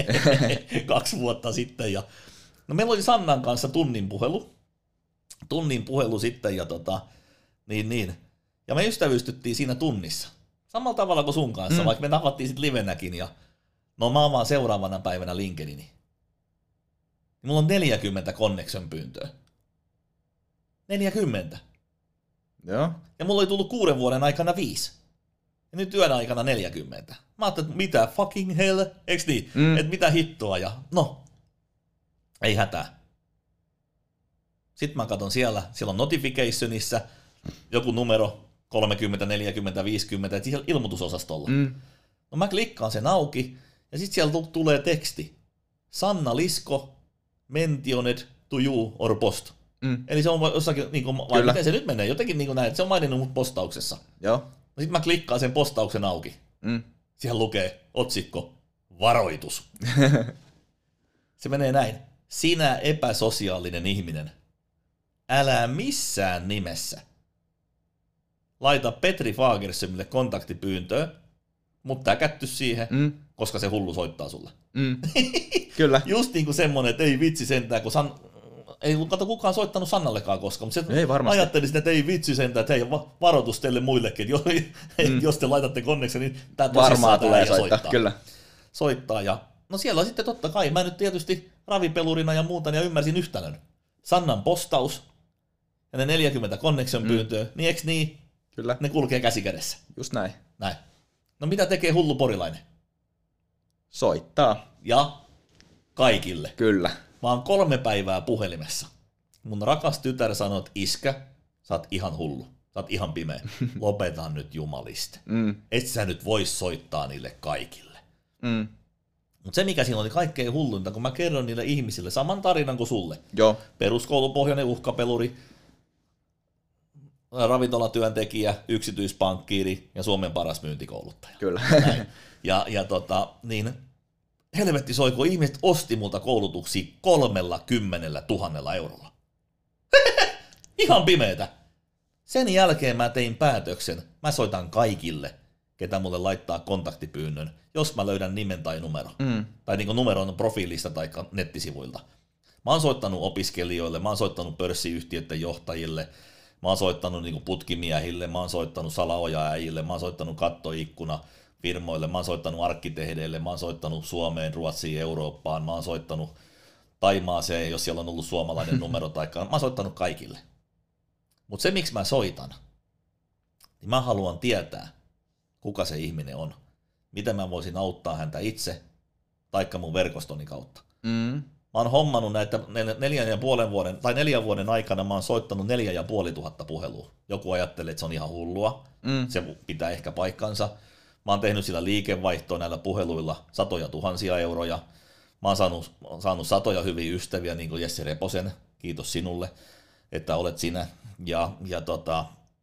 kaksi vuotta sitten. Ja no meillä oli Sannan kanssa tunnin puhelu. Tunnin puhelu sitten ja tota, niin niin. Ja me ystävystyttiin siinä tunnissa. Samalla tavalla kuin sun kanssa, mm. vaikka me tavattiin sitten livenäkin. Ja no mä avaan seuraavana päivänä LinkedIni. Mulla on neljäkymmentä connection pyyntöä. neljäkymmentä. Joo. Ja mulla oli tullut kuuden vuoden aikana viisi. Ja nyt yön aikana neljäkymmentä. Mä ajattelin, että mitä fucking hell, eiks niin? Mm. Että mitä hittoa ja no, ei hätää. Sitten mä katson siellä, siellä on notificationissa joku numero kolmekymmentä, neljäkymmentä, viisikymmentä, että siellä ilmoitusosastolla. Mm. No mä klikkaan sen auki ja sitten siellä tulee teksti. Sanna Lisko, mentioned to you or post. Mm. Eli se on jossakin, niin kuin, vai miten se nyt menee, jotenkin niin kuin näin, että se on maininnut mut postauksessa. Joo. No sitten mä klikkaan sen postauksen auki. Mm. Siellä lukee otsikko, varoitus. Se menee näin. Sinä epäsosiaalinen ihminen, älä missään nimessä laita Petri Fagerströmille kontaktipyyntöä, mutta täkätty siihen, mm. koska se hullu soittaa sulle. Mm. Kyllä. Just niin kuin semmoinen, että ei vitsi sentään, kun San... ei kato kukaan soittanut Sannallekaan koskaan, mutta se ajatteli sitä, että ei vitsi sentään, että hei, varoitus teille muillekin, että mm. jos te laitatte konneksen, niin tämä varmaan tulee soittaa. soittaa. Kyllä. Soittaa ja no siellä on sitten totta kai, mä nyt tietysti ravipelurina ja muuta, ja ymmärsin yhtälön. Sannan postaus ja ne neljäkymmentä connection pyyntöä, mm. niin eks niin? Kyllä. Ne kulkee käsi kädessä. Just näin. Näin. No mitä tekee hullu porilainen? Soittaa. Ja kaikille. Kyllä. Mä oon kolme päivää puhelimessa. Mun rakas tytär sanoo, että iskä, sä oot ihan hullu. Sä oot ihan pimeä. Lopetaan nyt jumaliste. Mm. Et sä nyt vois soittaa niille kaikille. Mm. Mutta se mikä siinä oli kaikkein hullunta, kun mä kerron niille ihmisille saman tarinan kuin sulle. Joo. Peruskoulupohjainen uhkapeluri, ravintolatyöntekijä, yksityispankkiiri ja Suomen paras myyntikouluttaja. Kyllä. Näin. Ja, ja tota, niin helvetti soi, kun ihmiset osti multa koulutuksia kolmella kymmenellä tuhannella eurolla. Ihan pimeetä. Sen jälkeen mä tein päätöksen, mä soitan kaikille, ketä mulle laittaa kontaktipyynnön, jos mä löydän nimen tai numero. Mm. Tai niin kuin numeron profiilista tai nettisivuilta. Mä oon soittanut opiskelijoille, mä oon soittanut pörssiyhtiöiden johtajille, mä oon soittanut niin kuin putkimiehille, mä oon soittanut salaojaäijille, mä oon soittanut kattoikkuna firmoille, mä oon soittanut arkkitehdeille, mä oon soittanut Suomeen, Ruotsiin, Eurooppaan, mä oon soittanut Taimaaseen, jos siellä on ollut suomalainen numero, taikka mä oon soittanut kaikille. Mutta se, miksi mä soitan, niin mä haluan tietää, kuka se ihminen on. Miten mä voisin auttaa häntä itse, taikka mun verkostoni kautta. Mm. Mä oon hommannut näitä neljän ja puolen vuoden, tai neljän vuoden aikana mä oon soittanut neljä ja puoli tuhatta puhelua. Joku ajattelee, että se on ihan hullua. Mm. Se pitää ehkä paikkansa. Mä oon tehnyt sillä liikevaihtoa näillä puheluilla satoja tuhansia euroja. Mä oon saanut, saanut satoja hyviä ystäviä, niin kuin Jesse Reposen. Kiitos sinulle, että olet sinä. Ja, ja tota,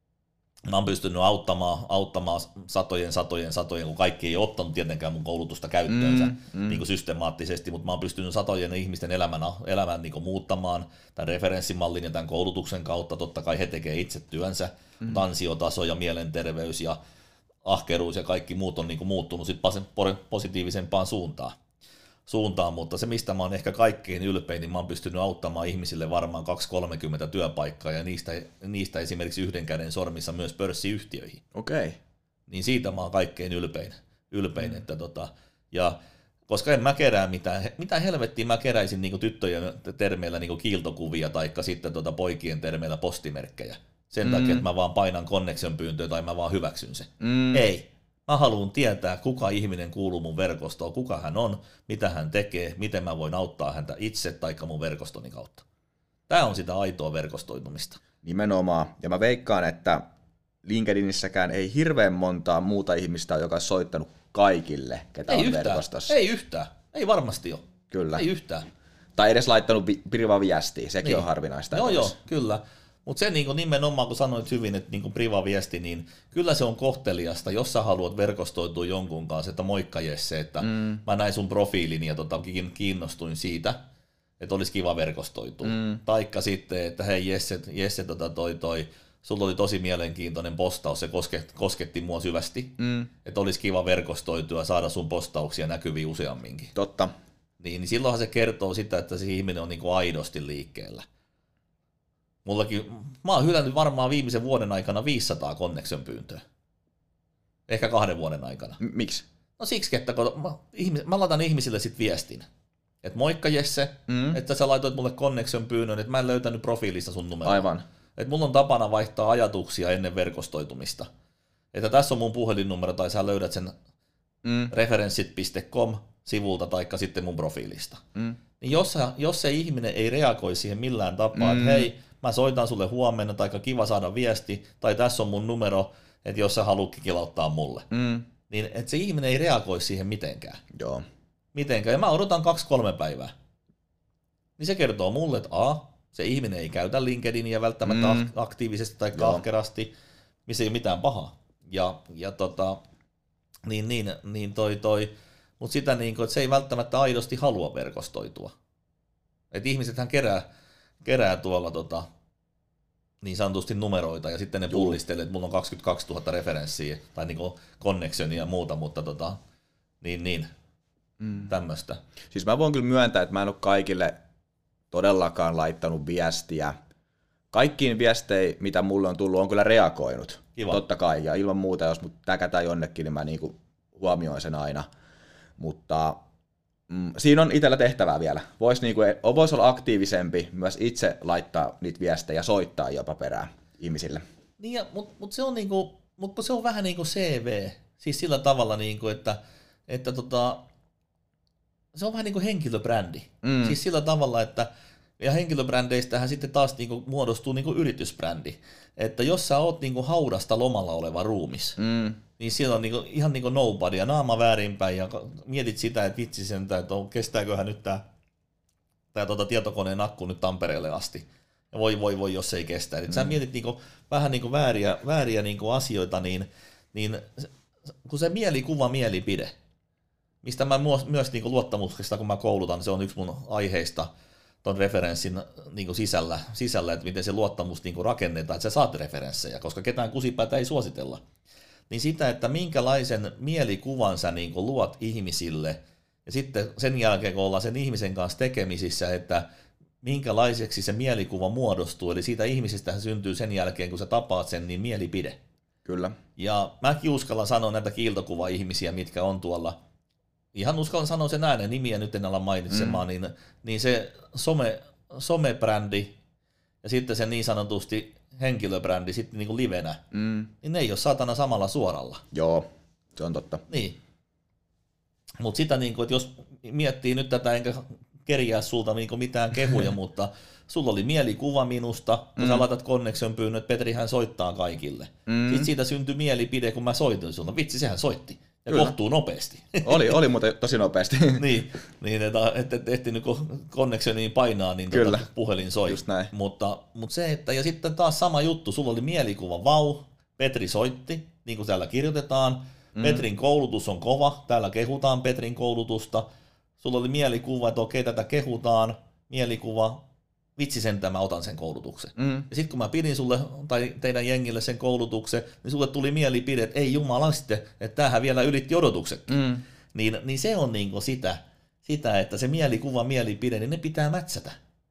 mä oon pystynyt auttamaan, auttamaan satojen, satojen, satojen, kun kaikki ei ottanut tietenkään mun koulutusta käyttöönsä mm, mm. niin kuin systemaattisesti, mutta mä oon pystynyt satojen ihmisten elämän, elämän niin kuin muuttamaan tämän referenssimallin ja tämän koulutuksen kautta. Totta kai he tekee itse työnsä, mm. mutta ansiotaso ja mielenterveys ja ahkeruus ja kaikki muut on niin kuin muuttunut sit positiivisempaan suuntaan. suuntaan, mutta se mistä mä oon ehkä kaikkein ylpein, niin mä oon pystynyt auttamaan ihmisille varmaan kaksisataakolmekymmentä työpaikkaa ja niistä, niistä esimerkiksi yhden käden sormissa myös pörssiyhtiöihin. Okei. Okay. Niin siitä mä oon kaikkein ylpein. ylpein mm. että tota, ja koska en mä kerää mitään, mitä helvettiä mä keräisin niin tyttöjen termeillä niin kiiltokuvia taikka sitten tota poikien termeillä postimerkkejä. Sen mm. takia, että mä vaan painan connection pyyntöä tai mä vaan hyväksyn se. Mm. Ei. Mä haluan tietää, kuka ihminen kuuluu mun verkostoon, kuka hän on, mitä hän tekee, miten mä voin auttaa häntä itse tai mun verkostoni kautta. Tämä on sitä aitoa verkostoitumista. Nimenomaan. Ja mä veikkaan, että LinkedInissäkään ei hirveän montaa muuta ihmistä ole, joka on soittanut kaikille, ketä ei on yhtään. verkostossa. Ei yhtään. Ei varmasti ole. Kyllä. Ei yhtään. Tai edes laittanut priva viestiä. Sekin niin on harvinaista. Joo, joo, kyllä. Mutta se niin nimenomaan, kun sanoit hyvin, että niin priva-viesti, niin kyllä se on kohteliasta, jos sä haluat verkostoitua jonkun kanssa, että moikka Jesse, että mm. mä näin sun profiilin ja tota, kiinnostuin siitä, että olisi kiva verkostoitua. Mm. Taikka sitten, että hei Jesse, Jesse tota toi toi, sulla oli tosi mielenkiintoinen postaus, se koske, kosketti mua syvästi, mm. että olisi kiva verkostoitua ja saada sun postauksia näkyviin useamminkin. Totta. Niin, niin silloinhan se kertoo sitä, että se ihminen on niin kuin aidosti liikkeellä. Mullakin, mä oon hylännyt varmaan viimeisen vuoden aikana viisisataa connection pyyntöä. Ehkä kahden vuoden aikana. M- miksi? No siksi, että kun mä, ihmis, mä laitan ihmisille sit viestin. Että moikka Jesse, mm. että sä laitoit mulle connection pyynnön, että mä en löytänyt profiilista sun numeroa. Aivan. Että mulla on tapana vaihtaa ajatuksia ennen verkostoitumista. Että tässä on mun puhelinnumero tai sä löydät sen mm. referenssit piste com sivulta taikka sitten mun profiilista. Mm. Niin jos, jos se ihminen ei reagoi siihen millään tapaa, mm. että hei, mä soitan sulle huomenna, tai kiva saada viesti, tai tässä on mun numero, että jos sä haluat kilauttaa mulle. Mm. Niin että se ihminen ei reagoi siihen mitenkään. Joo. Mitenkään. Ja mä odotan kaksi kolme päivää. Niin se kertoo mulle, että a, se ihminen ei käytä LinkedInia välttämättä mm. aktiivisesti tai ahkerasti, missä ei ole mitään pahaa. Ja, ja tota, niin, niin, niin toi toi, mutta sitä niin kuin, että se ei välttämättä aidosti halua verkostoitua. Että ihmisethän kerää, kerää tuolla tota, niin sanotusti numeroita ja sitten ne pullistelee, että mulla on kaksikymmentäkaksituhatta referenssiä tai niin connectionia ja muuta, mutta tota, niin, niin mm. tämmöistä. Siis mä voin kyllä myöntää, että mä en ole kaikille todellakaan laittanut viestiä. Kaikkiin viesteihin, mitä mulle on tullut, on kyllä reagoinut. Kiva. Totta kai, ja ilman muuta, jos mut täkätään jonnekin, niin mä niinku huomioin sen aina. Mutta mm, siinä on itsellä tehtävää vielä. Voisi niinku, vois olla aktiivisempi, myös itse laittaa niitä viestejä ja soittaa jopa perään ihmisille. Niin, mutta mut se, niinku, mut se on vähän niin kuin C V, siis sillä tavalla, niinku, että, että tota, se on vähän niin kuin henkilöbrändi. Mm. Siis sillä tavalla, että ja henkilöbrändeistähän sitten taas niinku muodostuu niinku yritysbrändi. Että jos sä oot niinku haudasta lomalla oleva ruumis, mm. niin siellä on niinku, ihan niinku nobody ja naama väärinpäin ja mietit sitä, että vitsi sen, että kestääköhän nyt tää, tää tuota tietokoneen akku nyt Tampereelle asti. Ja voi voi voi, jos ei kestä. Eli mm. sä mietit niinku, vähän niinku vääriä, vääriä niinku asioita, niin, niin kun se mielikuva, mielipide, mistä mä myös niinku luottamuksesta, kun mä koulutan, se on yksi mun aiheista, tuon referenssin niin kuin sisällä, sisällä, että miten se luottamus niin kuin rakennetaan, että sä saat referenssejä, koska ketään kusipäätä ei suositella. Niin sitä, että minkälaisen mielikuvan sä niin kuin luot ihmisille, ja sitten sen jälkeen, kun ollaan sen ihmisen kanssa tekemisissä, että minkälaiseksi se mielikuva muodostuu, eli siitä ihmisestä syntyy sen jälkeen, kun sä tapaat sen, niin mielipide. Kyllä. Ja mäkin uskallan sanoa näitä kiiltokuva-ihmisiä, mitkä on tuolla ihan uskallan sanoa sen ääneen, nimiä nyt en ala mainitsemaan, mm. niin, niin se some, somebrändi ja sitten se niin sanotusti henkilöbrändi sitten niin kuin livenä, mm. niin ne ei ole saatana samalla suoralla. Joo, se on totta. Niin. Mutta sitä, niin kuin, että jos miettii nyt tätä, enkä kerjää sulta niin kuin mitään kehuja, mutta sulla oli mielikuva minusta, kun mm. sä laitat connection pyynnön, että Petri hän soittaa kaikille. Mm. Sitten siitä syntyi mielipide, kun mä soitin sulla. Vitsi, sehän soitti. Ja Kyllä. kohtuu nopeasti. Oli, oli muuten tosi nopeasti. niin, niin, että et, et ehtinyt kun connectioniin painaa, niin tuota, puhelin soi. Just näin. Mutta, mutta se, että, ja sitten taas sama juttu, sulla oli mielikuva, vau, Petri soitti, niin kuin täällä kirjoitetaan. Mm. Petrin koulutus on kova, täällä kehutaan Petrin koulutusta. Sulla oli mielikuva, että okei, tätä kehutaan, mielikuva, vitsi sentään mä otan sen koulutuksen. Mm. Ja sitten kun mä pidin sulle tai teidän jengille sen koulutuksen, niin sulle tuli mielipide, että ei jumala sitten, että tämähän vielä ylitti odotuksetkin. Mm. Niin, niin se on niinku sitä, sitä, että se mielikuva, mielipide, niin ne pitää mätsätä.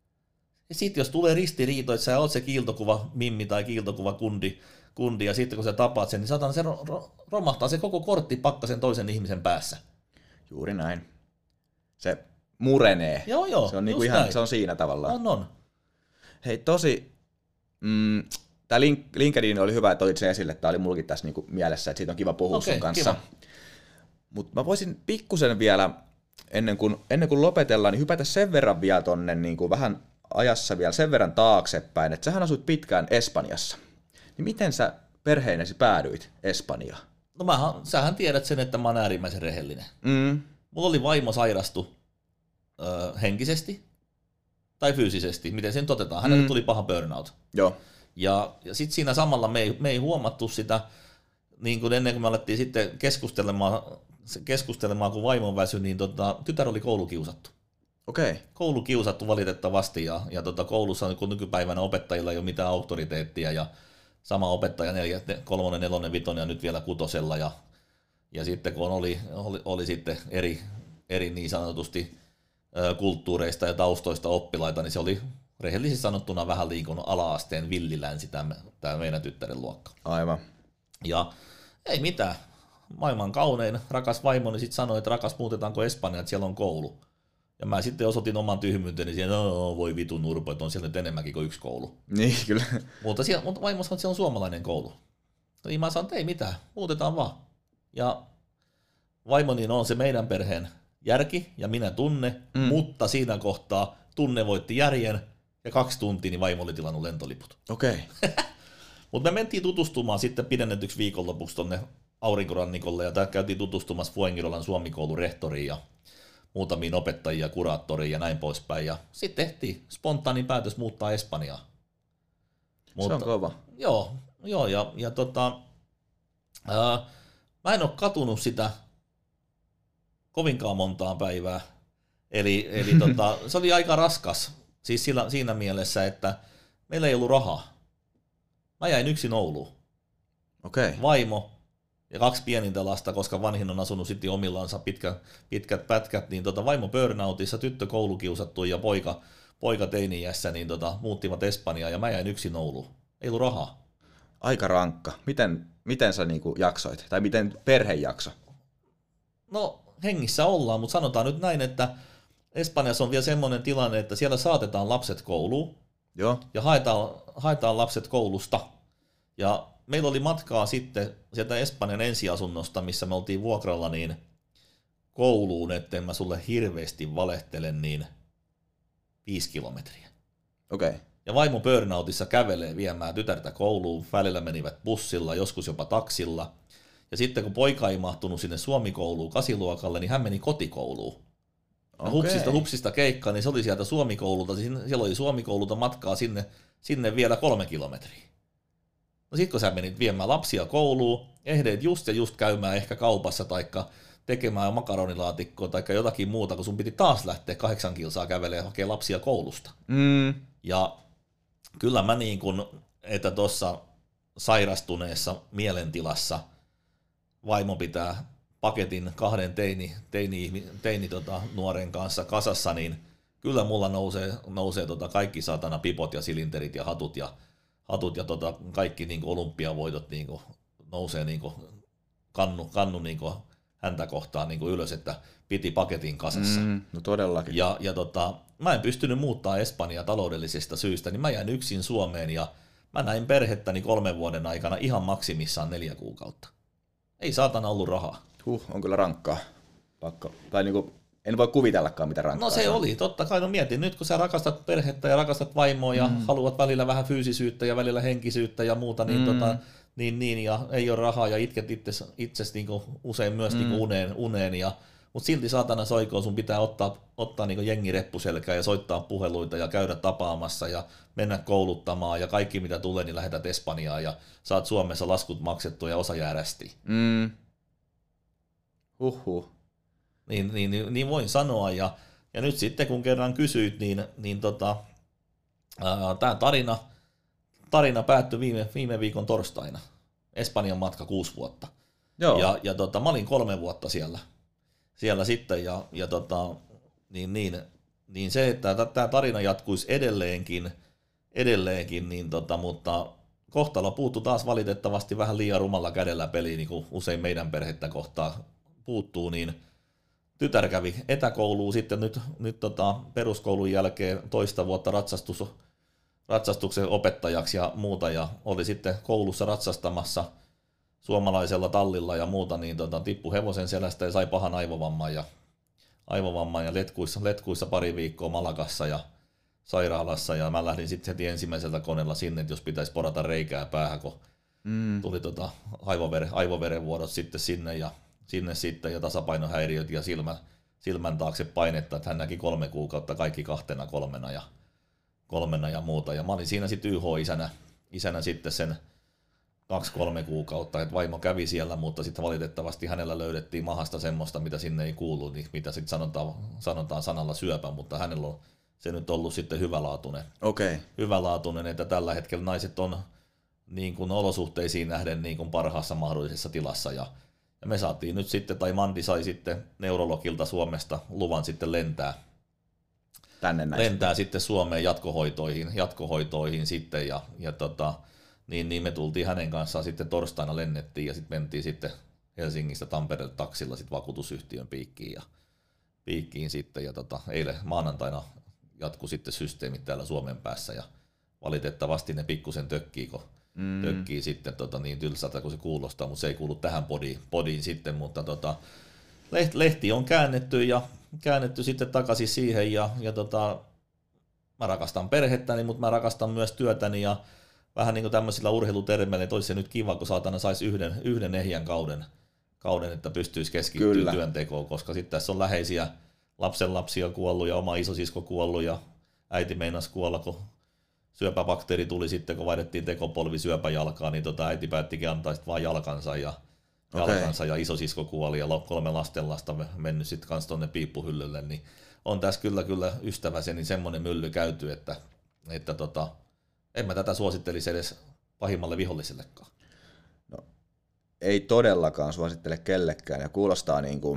Ja sitten jos tulee ristiriito, että sä oot se kiiltokuva mimmi tai kiiltokuva kundi, kundi ja sitten kun sä tapaat sen, niin saatan se ro- ro- romahtaa se koko korttipakka sen toisen ihmisen päässä. Juuri näin. Se murenee. Joo, joo, se on niinku ihan, se on siinä tavallaan. On, on. Hei, tosi, mm, tämä link, LinkedIn oli hyvä, että otit sen esille, tämä oli mullakin tässä niinku mielessä, että siitä on kiva puhua okay, sun kanssa. Mutta mä voisin pikkusen vielä, ennen kuin, ennen kuin lopetellaan, niin hypätä sen verran vielä tonne niinku vähän ajassa vielä sen verran taaksepäin, että sähän asuit pitkään Espanjassa. Niin miten sä perheinesi päädyit Espanjaan? No mähän, sähän tiedät sen, että mä oon äärimmäisen rehellinen. Mm. Mulla oli vaimo sairastu ö, henkisesti tai fyysisesti, miten sen otetaan. Hänelle mm. tuli paha burnout. Joo. Ja, ja sitten siinä samalla me ei, me ei huomattu sitä, niin kuin ennen kuin me alettiin sitten keskustelemaan, keskustelemaan kun vaimon väsy, niin tota, tytär oli koulukiusattu. Okei. Okay. Koulukiusattu valitettavasti, ja, ja tota, koulussa kun nykypäivänä opettajilla ei ole mitään auktoriteettia, ja sama opettaja neljä, kolmonen, nelonen, vitonen ja nyt vielä kutosella, ja, ja sitten kun oli, oli, oli sitten eri, eri niin sanotusti ö, kulttuureista ja taustoista oppilaita, niin se oli rehellisesti sanottuna vähän liikunut ala-asteen villilänsi tämä, tämä meidän tyttären luokka. Aivan. Ja ei mitään, maailman kaunein rakas vaimoni sitten sanoi, että rakas muutetaanko Espanjaan, että siellä on koulu. Ja mä sitten osoitin oman tyhmyyteni siihen, että no, voi vitun nurpo, että on siellä nyt enemmänkin kuin yksi koulu. Niin, kyllä. Mutta, siellä, mutta vaimo sanoi, että siellä on suomalainen koulu. Niin mä sanoin, että ei mitään, muutetaan vaan. Ja vaimoni on se meidän perheen järki ja minä tunne, mm. mutta siinä kohtaa tunne voitti järjen ja kaksi tuntia niin vaimo oli tilannut lentoliput. Okei. Okay. Mutta me mentiin tutustumaan sitten pidennetyksi viikonlopuksi tonne aurinkorannikolle ja käytiin tutustumassa Fuengirolan Suomikoulun rehtoriin ja muutamiin opettajia, kuraattoriin ja näin poispäin. Ja sitten tehtiin spontaani päätös muuttaa Espanjaan. Mutta, se on kova. Joo, joo ja, ja tota, ää, mä en ole katunut sitä kovinkaan montaa päivää. Eli, eli tota, se oli aika raskas. Siis sillä, siinä mielessä, että meillä ei ollut rahaa. Mä jäin yksin Ouluun. Okei. Okay. Vaimo ja kaksi pienintä lasta, koska vanhin on asunut sitten omillansa pitkä, pitkät pätkät, niin tota vaimo burnoutissa, tyttö koulukiusattu ja poika, poika teini-iässä, niin tota, muuttivat Espanjaan ja mä jäin yksin Ouluun. Ei ollut rahaa. Aika rankka. Miten, miten sä niinku jaksoit? Tai miten perhe jakso? No hengissä ollaan, mutta sanotaan nyt näin, että Espanjassa on vielä semmoinen tilanne, että siellä saatetaan lapset kouluun. Joo. Ja haetaan, haetaan lapset koulusta. Ja meillä oli matkaa sitten sieltä Espanjan ensiasunnosta, missä me oltiin vuokralla, niin kouluun, etten mä sulle hirveästi valehtelen, niin viisi kilometriä. Okei. Okay. Ja vaimo burnoutissa kävelee viemään tytärtä kouluun, välillä menivät bussilla, joskus jopa taksilla. Ja sitten kun poika ei mahtunut sinne Suomikouluun kasiluokalle, niin hän meni kotikouluun. Okay. Hupsista, hupsista keikkaa, niin se oli sieltä Suomikoululta, siellä oli Suomikoululta matkaa sinne, sinne vielä kolme kilometriä. No sit kun sä menit viemään lapsia kouluun, ehdeet just ja just käymään ehkä kaupassa taikka tekemään makaronilaatikkoa tai jotakin muuta, kun sun piti taas lähteä kahdeksan kilsaa kävelemään ja hakea lapsia koulusta. Mm. Ja kyllä mä niin kuin, että tuossa sairastuneessa mielentilassa vaimo pitää paketin kahden teini, teini, teini tota, nuoren kanssa kasassa, niin kyllä mulla nousee, nousee tota kaikki satana pipot ja silinterit ja hatut ja, hatut ja tota kaikki niin kuin olympiavoitot niin kuin nousee niin kuin kannu, kannu niin kuin häntä kohtaan niin kuin ylös, että piti paketin kasassa. Mm, no todellakin. Ja, ja tota, mä en pystynyt muuttaa Espanjaa taloudellisista syistä, niin mä jäin yksin Suomeen ja mä näin perhettäni kolmen vuoden aikana ihan maksimissaan neljä kuukautta. Ei saatana ollut rahaa. Huh, on kyllä rankkaa. Pakko. Tai niinku, en voi kuvitellakaan, mitä rankkaa. No se oli, totta kai. No mietin, nyt kun sä rakastat perhettä ja rakastat vaimoa ja mm. haluat välillä vähän fyysisyyttä ja välillä henkisyyttä ja muuta, niin, mm. tota, niin, niin ja ei ole rahaa ja itket itses, itses niinku usein myös mm. niinku uneen, uneen ja mutta silti saatana soikoon, sun pitää ottaa, ottaa niinku jengi reppuselkää ja soittaa puheluita ja käydä tapaamassa ja mennä kouluttamaan ja kaikki mitä tulee, niin lähdetät Espanjaan ja saat Suomessa laskut maksettua ja osa jää rästiin. Mm. Huhhuh. Niin, niin, niin, niin voin sanoa ja, ja nyt sitten kun kerran kysyit, niin, niin tota, tämä tarina, tarina päättyi viime, viime viikon torstaina. Espanjan matka kuusi vuotta. Joo. Ja, ja tota, mä olin kolme vuotta siellä. siellä sitten ja, ja tota, niin, niin, niin se, että tämä tarina jatkuisi edelleenkin, edelleenkin niin tota, mutta kohtalo puuttu taas valitettavasti vähän liian rumalla kädellä peliin, niin kuin usein meidän perhettä kohtaa puuttuu, niin tytär kävi etäkouluun sitten nyt, nyt tota, peruskoulun jälkeen toista vuotta ratsastus, ratsastuksen opettajaksi ja muuta, ja oli sitten koulussa ratsastamassa suomalaisella tallilla ja muuta, niin tota, tippui hevosen selästä ja sai pahan aivovamman ja, aivovamman ja letkuissa, letkuissa pari viikkoa Malagassa ja sairaalassa, ja mä lähdin sitten heti ensimmäiseltä koneella sinne, että jos pitäisi porata reikää päähän, kun mm. tuli tota aivovere, aivoverenvuodot sitten sinne ja sinne sitten ja tasapainohäiriöt ja silmän, silmän taakse painetta, että hän näki kolme kuukautta kaikki kahtena kolmena ja, kolmena ja muuta, ja mä olin siinä sitten Y H-isänä isänä sitten sen kaksi-kolme kuukautta, että vaimo kävi siellä, mutta sitten valitettavasti hänellä löydettiin mahasta semmoista, mitä sinne ei kuulu, niin mitä sitten sanotaan, sanotaan sanalla syöpä, mutta hänellä on se nyt ollut sitten hyvälaatuinen. Okay. Hyvälaatuinen, että tällä hetkellä naiset on niin kuin olosuhteisiin nähden niin kuin parhaassa mahdollisessa tilassa, ja, ja me saatiin nyt sitten, tai Mandi sai sitten neurologilta Suomesta luvan sitten lentää, tänne näin. lentää sitten Suomeen jatkohoitoihin, jatkohoitoihin sitten, ja, ja tota, Niin, niin me tultiin hänen kanssaan sitten torstaina lennettiin ja sitten mentiin sitten Helsingistä Tampereelle taksilla sitten vakuutusyhtiön piikkiin ja piikkiin sitten ja tota, eilen maanantaina jatkui sitten systeemit täällä Suomen päässä ja valitettavasti ne pikkusen tökkii, kun mm. tökkii sitten tota, niin tylsältä kuin se kuulostaa, mutta se ei kuulu tähän podiin, podiin sitten, mutta tota, lehti on käännetty ja käännetty sitten takaisin siihen ja, ja tota, mä rakastan perhettäni, mutta mä rakastan myös työtäni ja vähän niin kuin tämmöisillä urheilutermeillä, että olisi se nyt kiva, kun saatana saisi yhden, yhden ehjän kauden, kauden, että pystyisi keskittymään työntekoon, koska sitten tässä on läheisiä lapsenlapsia kuollut ja oma isosisko kuollut ja äiti meinasi kuolla, kun syöpäbakteeri tuli sitten, kun vaihdettiin tekopolvi syöpäjalkaa, niin tota äiti päättikin antaa sitten vaan jalkansa ja, okay. jalkansa ja isosisko kuoli ja kolme lastenlasta mennyt sitten kanssa tuonne piippuhyllylle, niin on tässä kyllä, kyllä ystäväseni semmoinen mylly käyty, että, että tota, en mä tätä suosittelisi edes pahimmalle vihollisellekaan. No, ei todellakaan suosittele kellekään ja kuulostaa niin kuin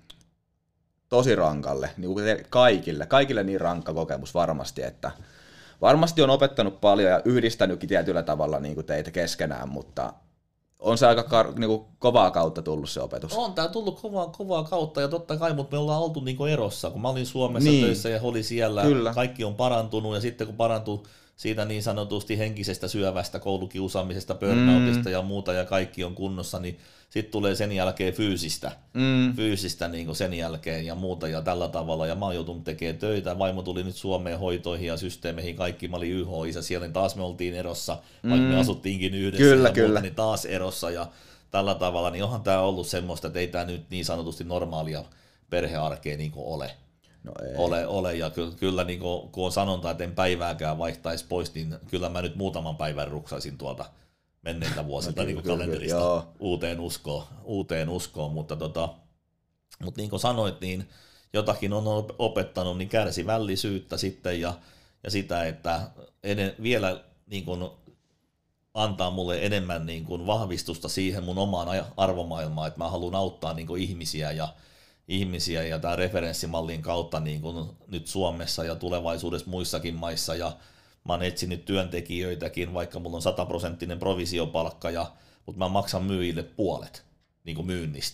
tosi rankalle, niin kuin kaikille, kaikille niin rankka kokemus varmasti, että varmasti on opettanut paljon ja yhdistänytkin tietyllä tavalla niin kuin teitä keskenään, mutta on se aika kar- niin kuin kovaa kautta tullut se opetus. On tää tullut kovaa, kovaa kautta ja totta kai, mutta me ollaan oltu niin kuin erossa, kun mä olin Suomessa niin. töissä ja oli siellä, Kyllä. kaikki on parantunut ja sitten kun parantui siitä niin sanotusti henkisestä syövästä, koulukiusaamisesta, burnoutista mm. ja muuta ja kaikki on kunnossa, niin sitten tulee sen jälkeen fyysistä, mm. fyysistä niin kuin sen jälkeen ja muuta ja tällä tavalla. Ja mä oon joutunut tekemään töitä, vaimo tuli nyt Suomeen hoitoihin ja systeemeihin, kaikki, mä olin Y H-isä siellä, niin taas me oltiin erossa, mm. vaikka me asuttiinkin yhdessä kyllä, ja kyllä. muuta, niin taas erossa ja tällä tavalla, niin onhan tää ollut semmoista, että ei tää nyt niin sanotusti normaalia perhearkea niin kuin ole. No ei. Ole, ole, ja kyllä, kyllä niin kuin, kun on sanonta, että en päivääkään vaihtaisi pois, niin kyllä mä nyt muutaman päivän ruksaisin tuolta menneiltä vuosilta no, niin kyllä, kalenterista kyllä, uuteen uskoon, uuteen uskoon, mutta, tota, mutta niin kuin sanoit, niin jotakin on opettanut, niin kärsivällisyyttä sitten ja, ja sitä, että eden, vielä niin kuin antaa mulle enemmän niin kuin vahvistusta siihen mun omaan arvomaailmaan, että mä haluan auttaa niin kuin ihmisiä ja ihmisiä ja tämän referenssimallin kautta niin kuin nyt Suomessa ja tulevaisuudessa muissakin maissa ja mä oon etsinyt työntekijöitäkin, vaikka mulla on sataprosenttinen provisiopalkka, ja, mutta mä maksan myyjille puolet niin kuin myynnistä.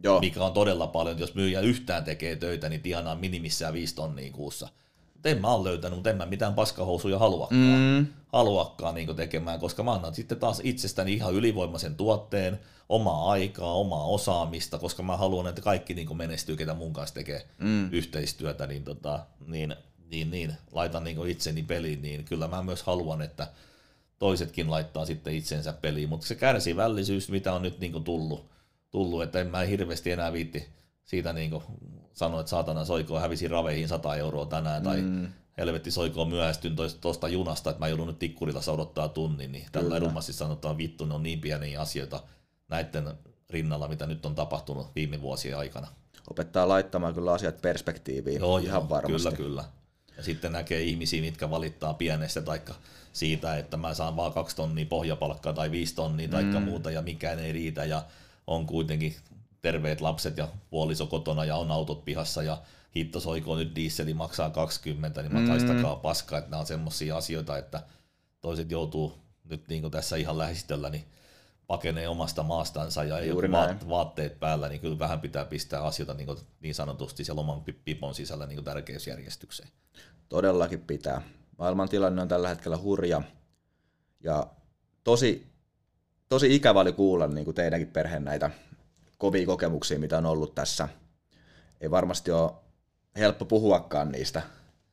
Joo. Mikä on todella paljon. Jos myyjä yhtään tekee töitä, niin tienaa minimissään viisi tonnia kuussa. Mutta en mä ole löytänyt, mutta en mä mitään paskahousuja haluakaan, mm. haluakaan niin tekemään, koska mä annan sitten taas itsestäni ihan ylivoimaisen tuotteen, omaa aikaa, omaa osaamista, koska mä haluan, että kaikki niin menestyy, ketä mun kanssa tekee mm. yhteistyötä, niin, tota, niin, niin, niin laitan niin itseni peliin, niin kyllä mä myös haluan, että toisetkin laittaa sitten itsensä peliin, mutta se kärsivällisyys, mitä on nyt niin tullut, tullut, että en mä hirveästi enää viitti siitä niin sanoa, että saatana soikoon hävisi raveihin sata euroa tänään, tai mm. helvetti soikoon myöhästyn tuosta junasta, että mä joudun nyt tikkurilassa odottaa tunnin, niin tällä rummasti sanotaan vittu, ne on niin pieniä asioita näiden rinnalla, mitä nyt on tapahtunut viime vuosien aikana. Opettaa laittamaan kyllä asiat perspektiiviin, joo, ihan joo, varmasti. Kyllä, kyllä. Ja sitten näkee ihmisiä, mitkä valittaa pienestä, taikka siitä, että mä saan vaan kaksi tonnia pohjapalkkaa tai viisi tonnia taikka mm. muuta, ja mikään ei riitä, ja on kuitenkin terveet lapset ja puoliso kotona ja on autot pihassa ja hitto soikoon nyt dieseli maksaa kaksikymmentä, niin mä kaistakaa paskaa, että nämä on semmoisia asioita, että toiset joutuu nyt niin kuin tässä ihan lähistöllä, niin pakenee omasta maastansa ja ei ole vaat, vaatteet päällä, niin kyllä vähän pitää pistää asioita niin, niin sanotusti siellä oman pipon sisällä niin tärkeysjärjestykseen. Todellakin pitää. Maailman tilanne on tällä hetkellä hurja ja tosi, tosi ikävä oli kuulla niin kuin teidänkin perheen näitä kovia kokemuksia, mitä on ollut tässä. Ei varmasti ole helppo puhuakaan niistä.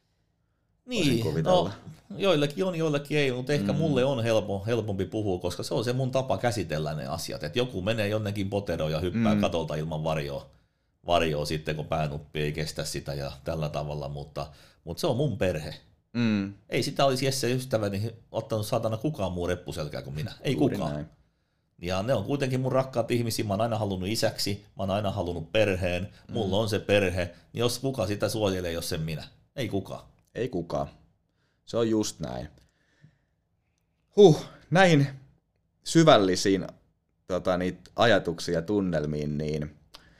Niin, no, joillekin on, joillekin ei, mutta ehkä mm. mulle on helpo, helpompi puhua, koska se on se mun tapa käsitellä ne asiat. Että joku menee jonnekin poteroon ja hyppää mm. katolta ilman varjoa, varjoa sitten, kun päänuppi ei kestä sitä ja tällä tavalla, mutta, mutta se on mun perhe. Mm. Ei sitä olisi Jesse ystäväni ottanut saatana kukaan muu reppuselkää kuin minä. Ei Juuri kukaan. Näin. Ja ne on kuitenkin mun rakkaat ihmisiä, mä oon aina halunnut isäksi, mä oon aina halunnut perheen, mulla mm. on se perhe, niin jos kuka sitä suojelee, jos sen minä? Ei kukaan. Ei kukaan. Se on just näin. Huh, näihin syvällisiin tota, niitä ajatuksia ja tunnelmiin, niin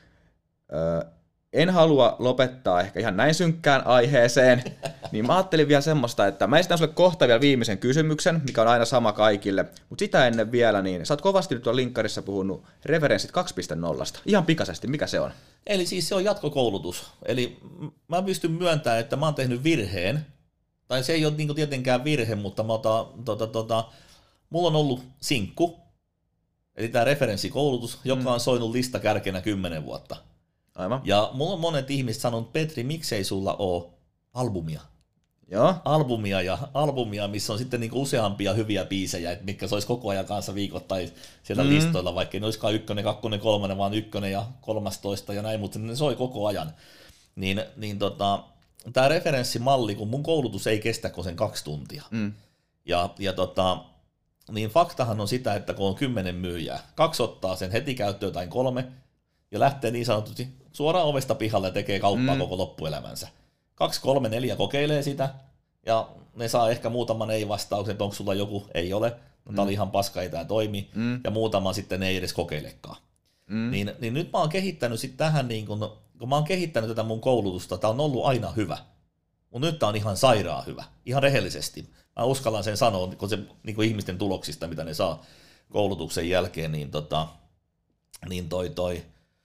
öö, en halua lopettaa ehkä ihan näin synkkään aiheeseen, niin mä ajattelin vielä semmoista, että mä esitän sulle kohta vielä viimeisen kysymyksen, mikä on aina sama kaikille, mutta sitä ennen vielä, niin sä oot kovasti nyt tuolla linkkarissa puhunut referenssit kaksi piste nolla. Ihan pikaisesti, mikä se on? Eli siis se on jatkokoulutus. Eli mä pystyn myöntämään, että mä oon tehnyt virheen, tai se ei ole niin tietenkään virhe, mutta mä otan, tota, tota, mulla on ollut sinkku, eli tämä referenssikoulutus, joka on soinut listakärkenä kymmenen vuotta. Aivan. Ja mulla on monet ihmiset sanonut, Petri, miksei sulla ole albumia? Joo. Albumia, ja albumia, missä on sitten niinku useampia hyviä biisejä, että mitkä sois koko ajan kanssa viikoittain siellä mm. listoilla, vaikka ei ne olisikaan ykkönen, kakkonen, kolmonen, vaan ykkönen ja kolmastoista ja näin, mutta ne soi koko ajan. Niin, niin tota, tämä referenssimalli, kun mun koulutus ei kestä kuin sen kaksi tuntia. Mm. Ja, ja tota, niin faktahan on sitä, että kun on kymmenen myyjää, kaksi ottaa sen heti käyttöön tai kolme, ja lähtee niin sanotusti suoraan ovesta pihalle ja tekee kauppaa mm. koko loppuelämänsä. Kaksi, kolme, neljä kokeilee sitä, ja ne saa ehkä muutaman ei-vastauksen, että onko sulla joku, ei ole, no, tämä oli ihan paska, ei tämä toimi, mm. ja muutama sitten ei edes kokeilekaan. Mm. Niin, niin nyt mä oon kehittänyt sitten tähän, niin kun, kun mä oon kehittänyt tätä mun koulutusta, tää on ollut aina hyvä, mutta nyt tää on ihan sairaan hyvä, ihan rehellisesti. Mä uskallan sen sanoa, kun se niin ihmisten tuloksista, mitä ne saa koulutuksen jälkeen, niin, tota, niin toi toi,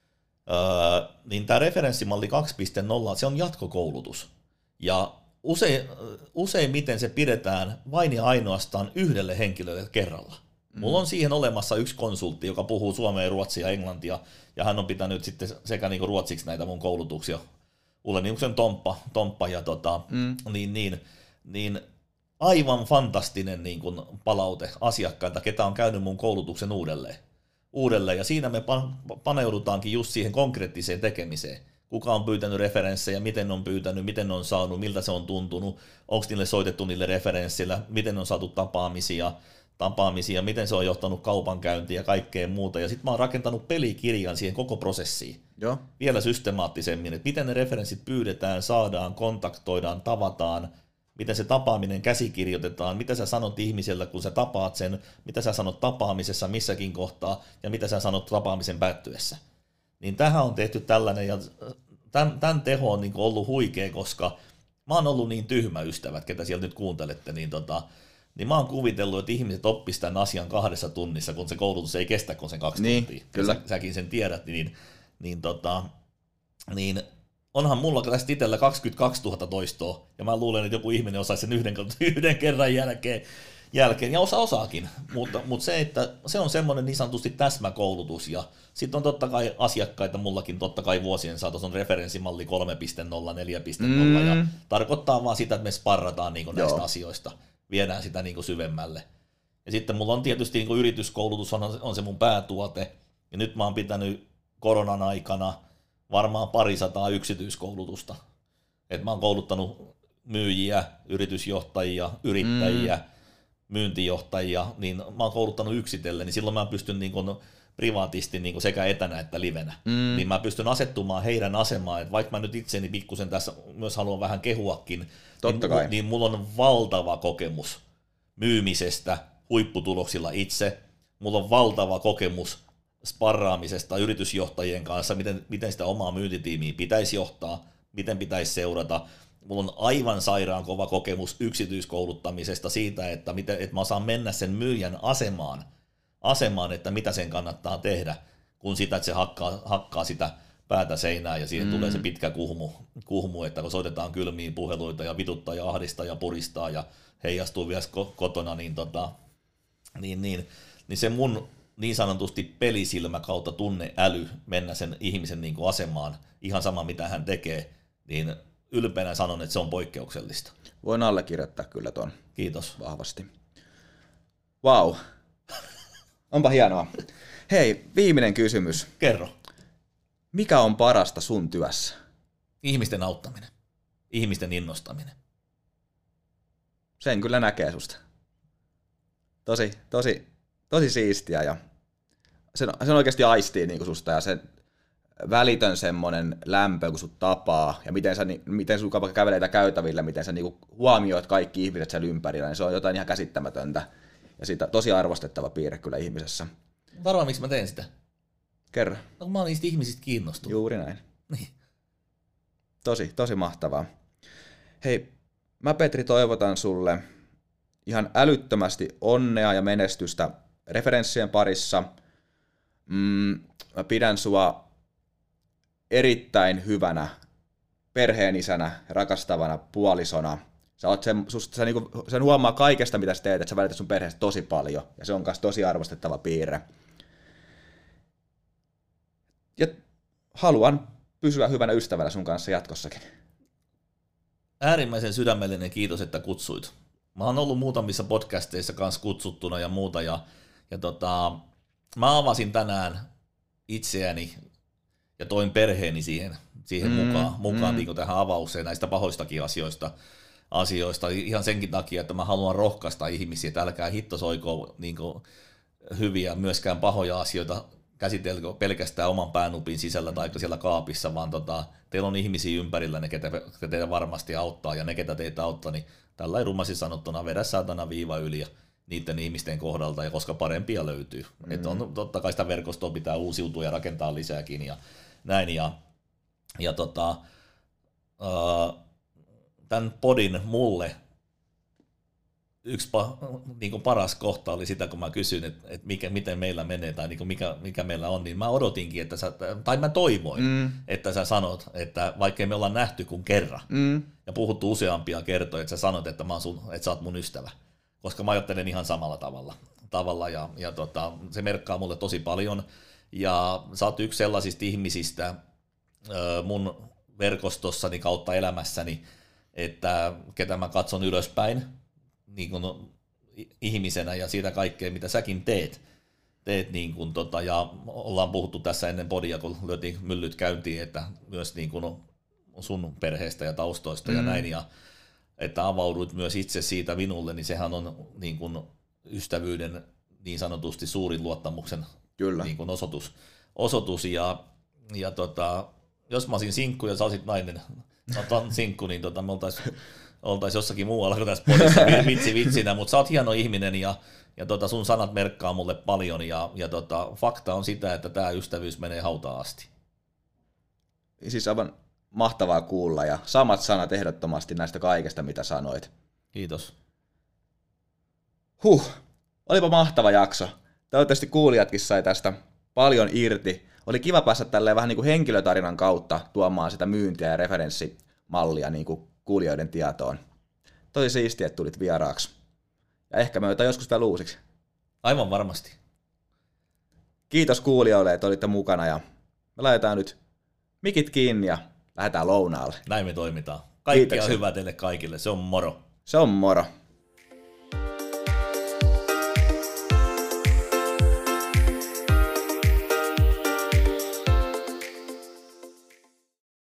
Öö, niin tämä referenssimalli kaksi piste nolla, se on jatkokoulutus. Ja usein, useimmiten se pidetään vain ja ainoastaan yhdelle henkilölle kerralla. Mm. Mulla on siihen olemassa yksi konsultti, joka puhuu suomea, ruotsia ja englantia, ja hän on pitänyt sitten sekä niinku ruotsiksi näitä mun koulutuksia. Ulle Niuksen Tomppa, Tomppa ja tota, mm. niin, niin, niin aivan fantastinen niin kun palaute asiakkailta, ketä on käynyt mun koulutuksen uudelleen. uudelleen, ja siinä me paneudutaankin just siihen konkreettiseen tekemiseen. Kuka on pyytänyt referenssejä, miten on pyytänyt, miten on saanut, miltä se on tuntunut, onko niille soitettu niille referenssillä, miten on saatu tapaamisia, tapaamisia, miten se on johtanut kaupankäyntiin ja kaikkea muuta. Ja sitten mä oon rakentanut pelikirjan siihen koko prosessiin. Joo. Vielä systemaattisemmin, että miten ne referenssit pyydetään, saadaan, kontaktoidaan, tavataan, miten se tapaaminen käsikirjoitetaan, mitä sä sanot ihmisellä, kun sä tapaat sen, mitä sä sanot tapaamisessa missäkin kohtaa, ja mitä sä sanot tapaamisen päättyessä. Niin tähän on tehty tällainen, ja tämän, tämän teho on niin kuin ollut huikea, koska mä oon ollut niin tyhmä ystävät, ketä sieltä nyt kuuntelette, niin, tota, niin mä oon kuvitellut, että ihmiset oppisivat tämän asian kahdessa tunnissa, kun se koulutus ei kestä kuin sen kaksi niin, tuntia. Kyllä. Sä, säkin sen tiedät, niin niin, tota, niin onhan mulla tästä itsellä kaksikymmentäkaksituhatta toistoa, ja mä luulen, että joku ihminen osaisi sen yhden, yhden kerran jälkeen, jälkeen, ja osa osaakin, mutta, mutta se, että se on semmoinen niin sanotusti täsmäkoulutus, ja sitten on totta kai asiakkaita, mullakin totta kai vuosien saatossa on referenssimalli kolme piste nolla, neljä piste nolla, mm. ja tarkoittaa vaan sitä, että me sparrataan niin kuin näistä Joo. asioista, viedään sitä niin kuin syvemmälle. Ja sitten mulla on tietysti niin kuin yrityskoulutus, on, on se mun päätuote, ja nyt mä oon pitänyt koronan aikana varmaan parisataa yksityiskoulutusta. Et mä oon kouluttanut myyjiä, yritysjohtajia, yrittäjiä, mm. myyntijohtajia, niin mä oon kouluttanut yksitellen, niin silloin mä pystyn niin kuin privaatisti niin kuin sekä etänä että livenä. Mm. Niin mä pystyn asettumaan heidän asemaan, että vaikka mä nyt itseni pikkusen tässä myös haluan vähän kehuakin, Totta niin, kai. niin mulla on valtava kokemus myymisestä huipputuloksilla itse. Mulla on valtava kokemus sparraamisesta yritysjohtajien kanssa, miten, miten sitä omaa myyntitiimiä pitäisi johtaa, miten pitäisi seurata. Mulla on aivan sairaan kova kokemus yksityiskouluttamisesta siitä, että, miten, että mä osaan mennä sen myyjän asemaan, asemaan, että mitä sen kannattaa tehdä, kun sitä, että se hakkaa, hakkaa sitä päätä seinään ja siihen mm. tulee se pitkä kuhmu, kuhmu, että kun soitetaan kylmiin puheluita ja vituttaa ja ahdistaa ja puristaa ja heijastuu vielä kotona, niin, tota, niin, niin, niin se mun niin sanotusti pelisilmä kautta tunneäly mennä sen ihmisen niin kuin asemaan, ihan sama mitä hän tekee, niin ylpeänä sanon, että se on poikkeuksellista. Voin allekirjoittaa kyllä ton. Kiitos. Vahvasti. Vau. Wow. Onpa hienoa. Hei, viimeinen kysymys. Kerro. Mikä on parasta sun työssä? Ihmisten auttaminen. Ihmisten innostaminen. Sen kyllä näkee susta. Tosi, tosi, tosi siistiä ja sen, sen oikeasti aistii niin kuin susta ja sen välitön semmoinen lämpö, kun sut tapaa ja miten, sä, miten sun vaikka käveleitä käytävillä, miten sä niinku huomioit kaikki ihmiset siellä ympärillä, niin se on jotain ihan käsittämätöntä ja siitä tosi arvostettava piirre kyllä ihmisessä. Varmaan miksi mä teen sitä? Kerro. No, mä oon niistä ihmisistä kiinnostunut. Juuri näin. Niin. Tosi, tosi mahtavaa. Hei, mä Petri toivotan sulle ihan älyttömästi onnea ja menestystä referenssien parissa. Mm, mä pidän sua erittäin hyvänä perheenisänä, rakastavana puolisona. Sä oot sen, susta, sä niinku, sen huomaa kaikesta, mitä sä teet, että sä välität sun perheestä tosi paljon, ja se on myös tosi arvostettava piirre. Ja haluan pysyä hyvänä ystävänä sun kanssa jatkossakin. Äärimmäisen sydämellinen kiitos, että kutsuit. Mä oon ollut muutamissa podcasteissa kanssa kutsuttuna ja muuta, ja, ja tota, mä avasin tänään itseäni ja toin perheeni siihen, siihen mm, mukaan, mukaan mm. niin tähän avaukseen näistä pahoistakin asioista, asioista. Ihan senkin takia, että mä haluan rohkaista ihmisiä, että älkää hitto soiko niin hyviä, myöskään pahoja asioita käsitelkö pelkästään oman päänupin sisällä tai siellä kaapissa, vaan tota, teillä on ihmisiä ympärillä, ne ketä teitä varmasti auttaa, ja ne ketä teitä auttaa, niin tällä rumasti sanottuna vedä saatana viiva yli ja niiden ihmisten kohdalta, ja koska parempia löytyy. Mm. Että on, totta kai sitä verkostoa pitää uusiutua ja rakentaa lisääkin ja näin. Ja, ja tota, äh, tämän podin mulle yksi pa, niin kuin paras kohta oli sitä, kun mä kysyin, että, että mikä, miten meillä menee tai niin kuin mikä, mikä meillä on, niin mä odotinkin, että sä, tai mä toivoin, mm. että sä sanot, että vaikkei me ollaan nähty kuin kerran mm. ja puhuttu useampia kertoja, että sä sanot, että, mä oon sun, että sä oot mun ystävä, koska mä ajattelen ihan samalla tavalla, tavalla ja, ja tota, se merkkaa mulle tosi paljon, ja sä oot yksi sellaisista ihmisistä mun verkostossani kautta elämässäni, että ketä mä katson ylöspäin, niin kuin ihmisenä ja siitä kaikkea, mitä säkin teet. teet niin kuin tota, ja ollaan puhuttu tässä ennen podia, kun lyötiin myllyt käyntiin, että myös niin kuin sun perheestä ja taustoista mm. ja näin, ja että avauduit myös itse siitä minulle, niin sehän on niin kuin ystävyyden niin sanotusti suurin luottamuksen Kyllä. Niin kuin osoitus. osoitus ja, ja tota, jos mä olisin sinkku ja sä olisit nainen, no, sinkku, niin tota, me oltaisiin oltaisiin jossakin muualla kuin tässä podissa vitsi vitsinä, mutta sä oot hieno ihminen ja, ja tota sun sanat merkkaa mulle paljon ja, ja tota, fakta on sitä, että tämä ystävyys menee hautaan asti. Siis aivan mahtavaa kuulla ja samat sanat ehdottomasti näistä kaikesta, mitä sanoit. Kiitos. Huh, olipa mahtava jakso. Toivottavasti kuulijatkin sai tästä paljon irti. oli kiva päästä tälleen vähän niin kuin henkilötarinan kautta tuomaan sitä myyntiä ja referenssimallia niin kuin kuulijoiden tietoon. Tosi siistiä, että tulit vieraaksi. Ja ehkä me otetaan joskus vielä uusiksi. Aivan varmasti. Kiitos kuulijoille, että olitte mukana ja me laitetaan nyt mikit kiinni ja lähdetään lounaalle. Näin me toimitaan. Kaikkea Kiitoksia. hyvää teille kaikille. Se on moro. Se on moro.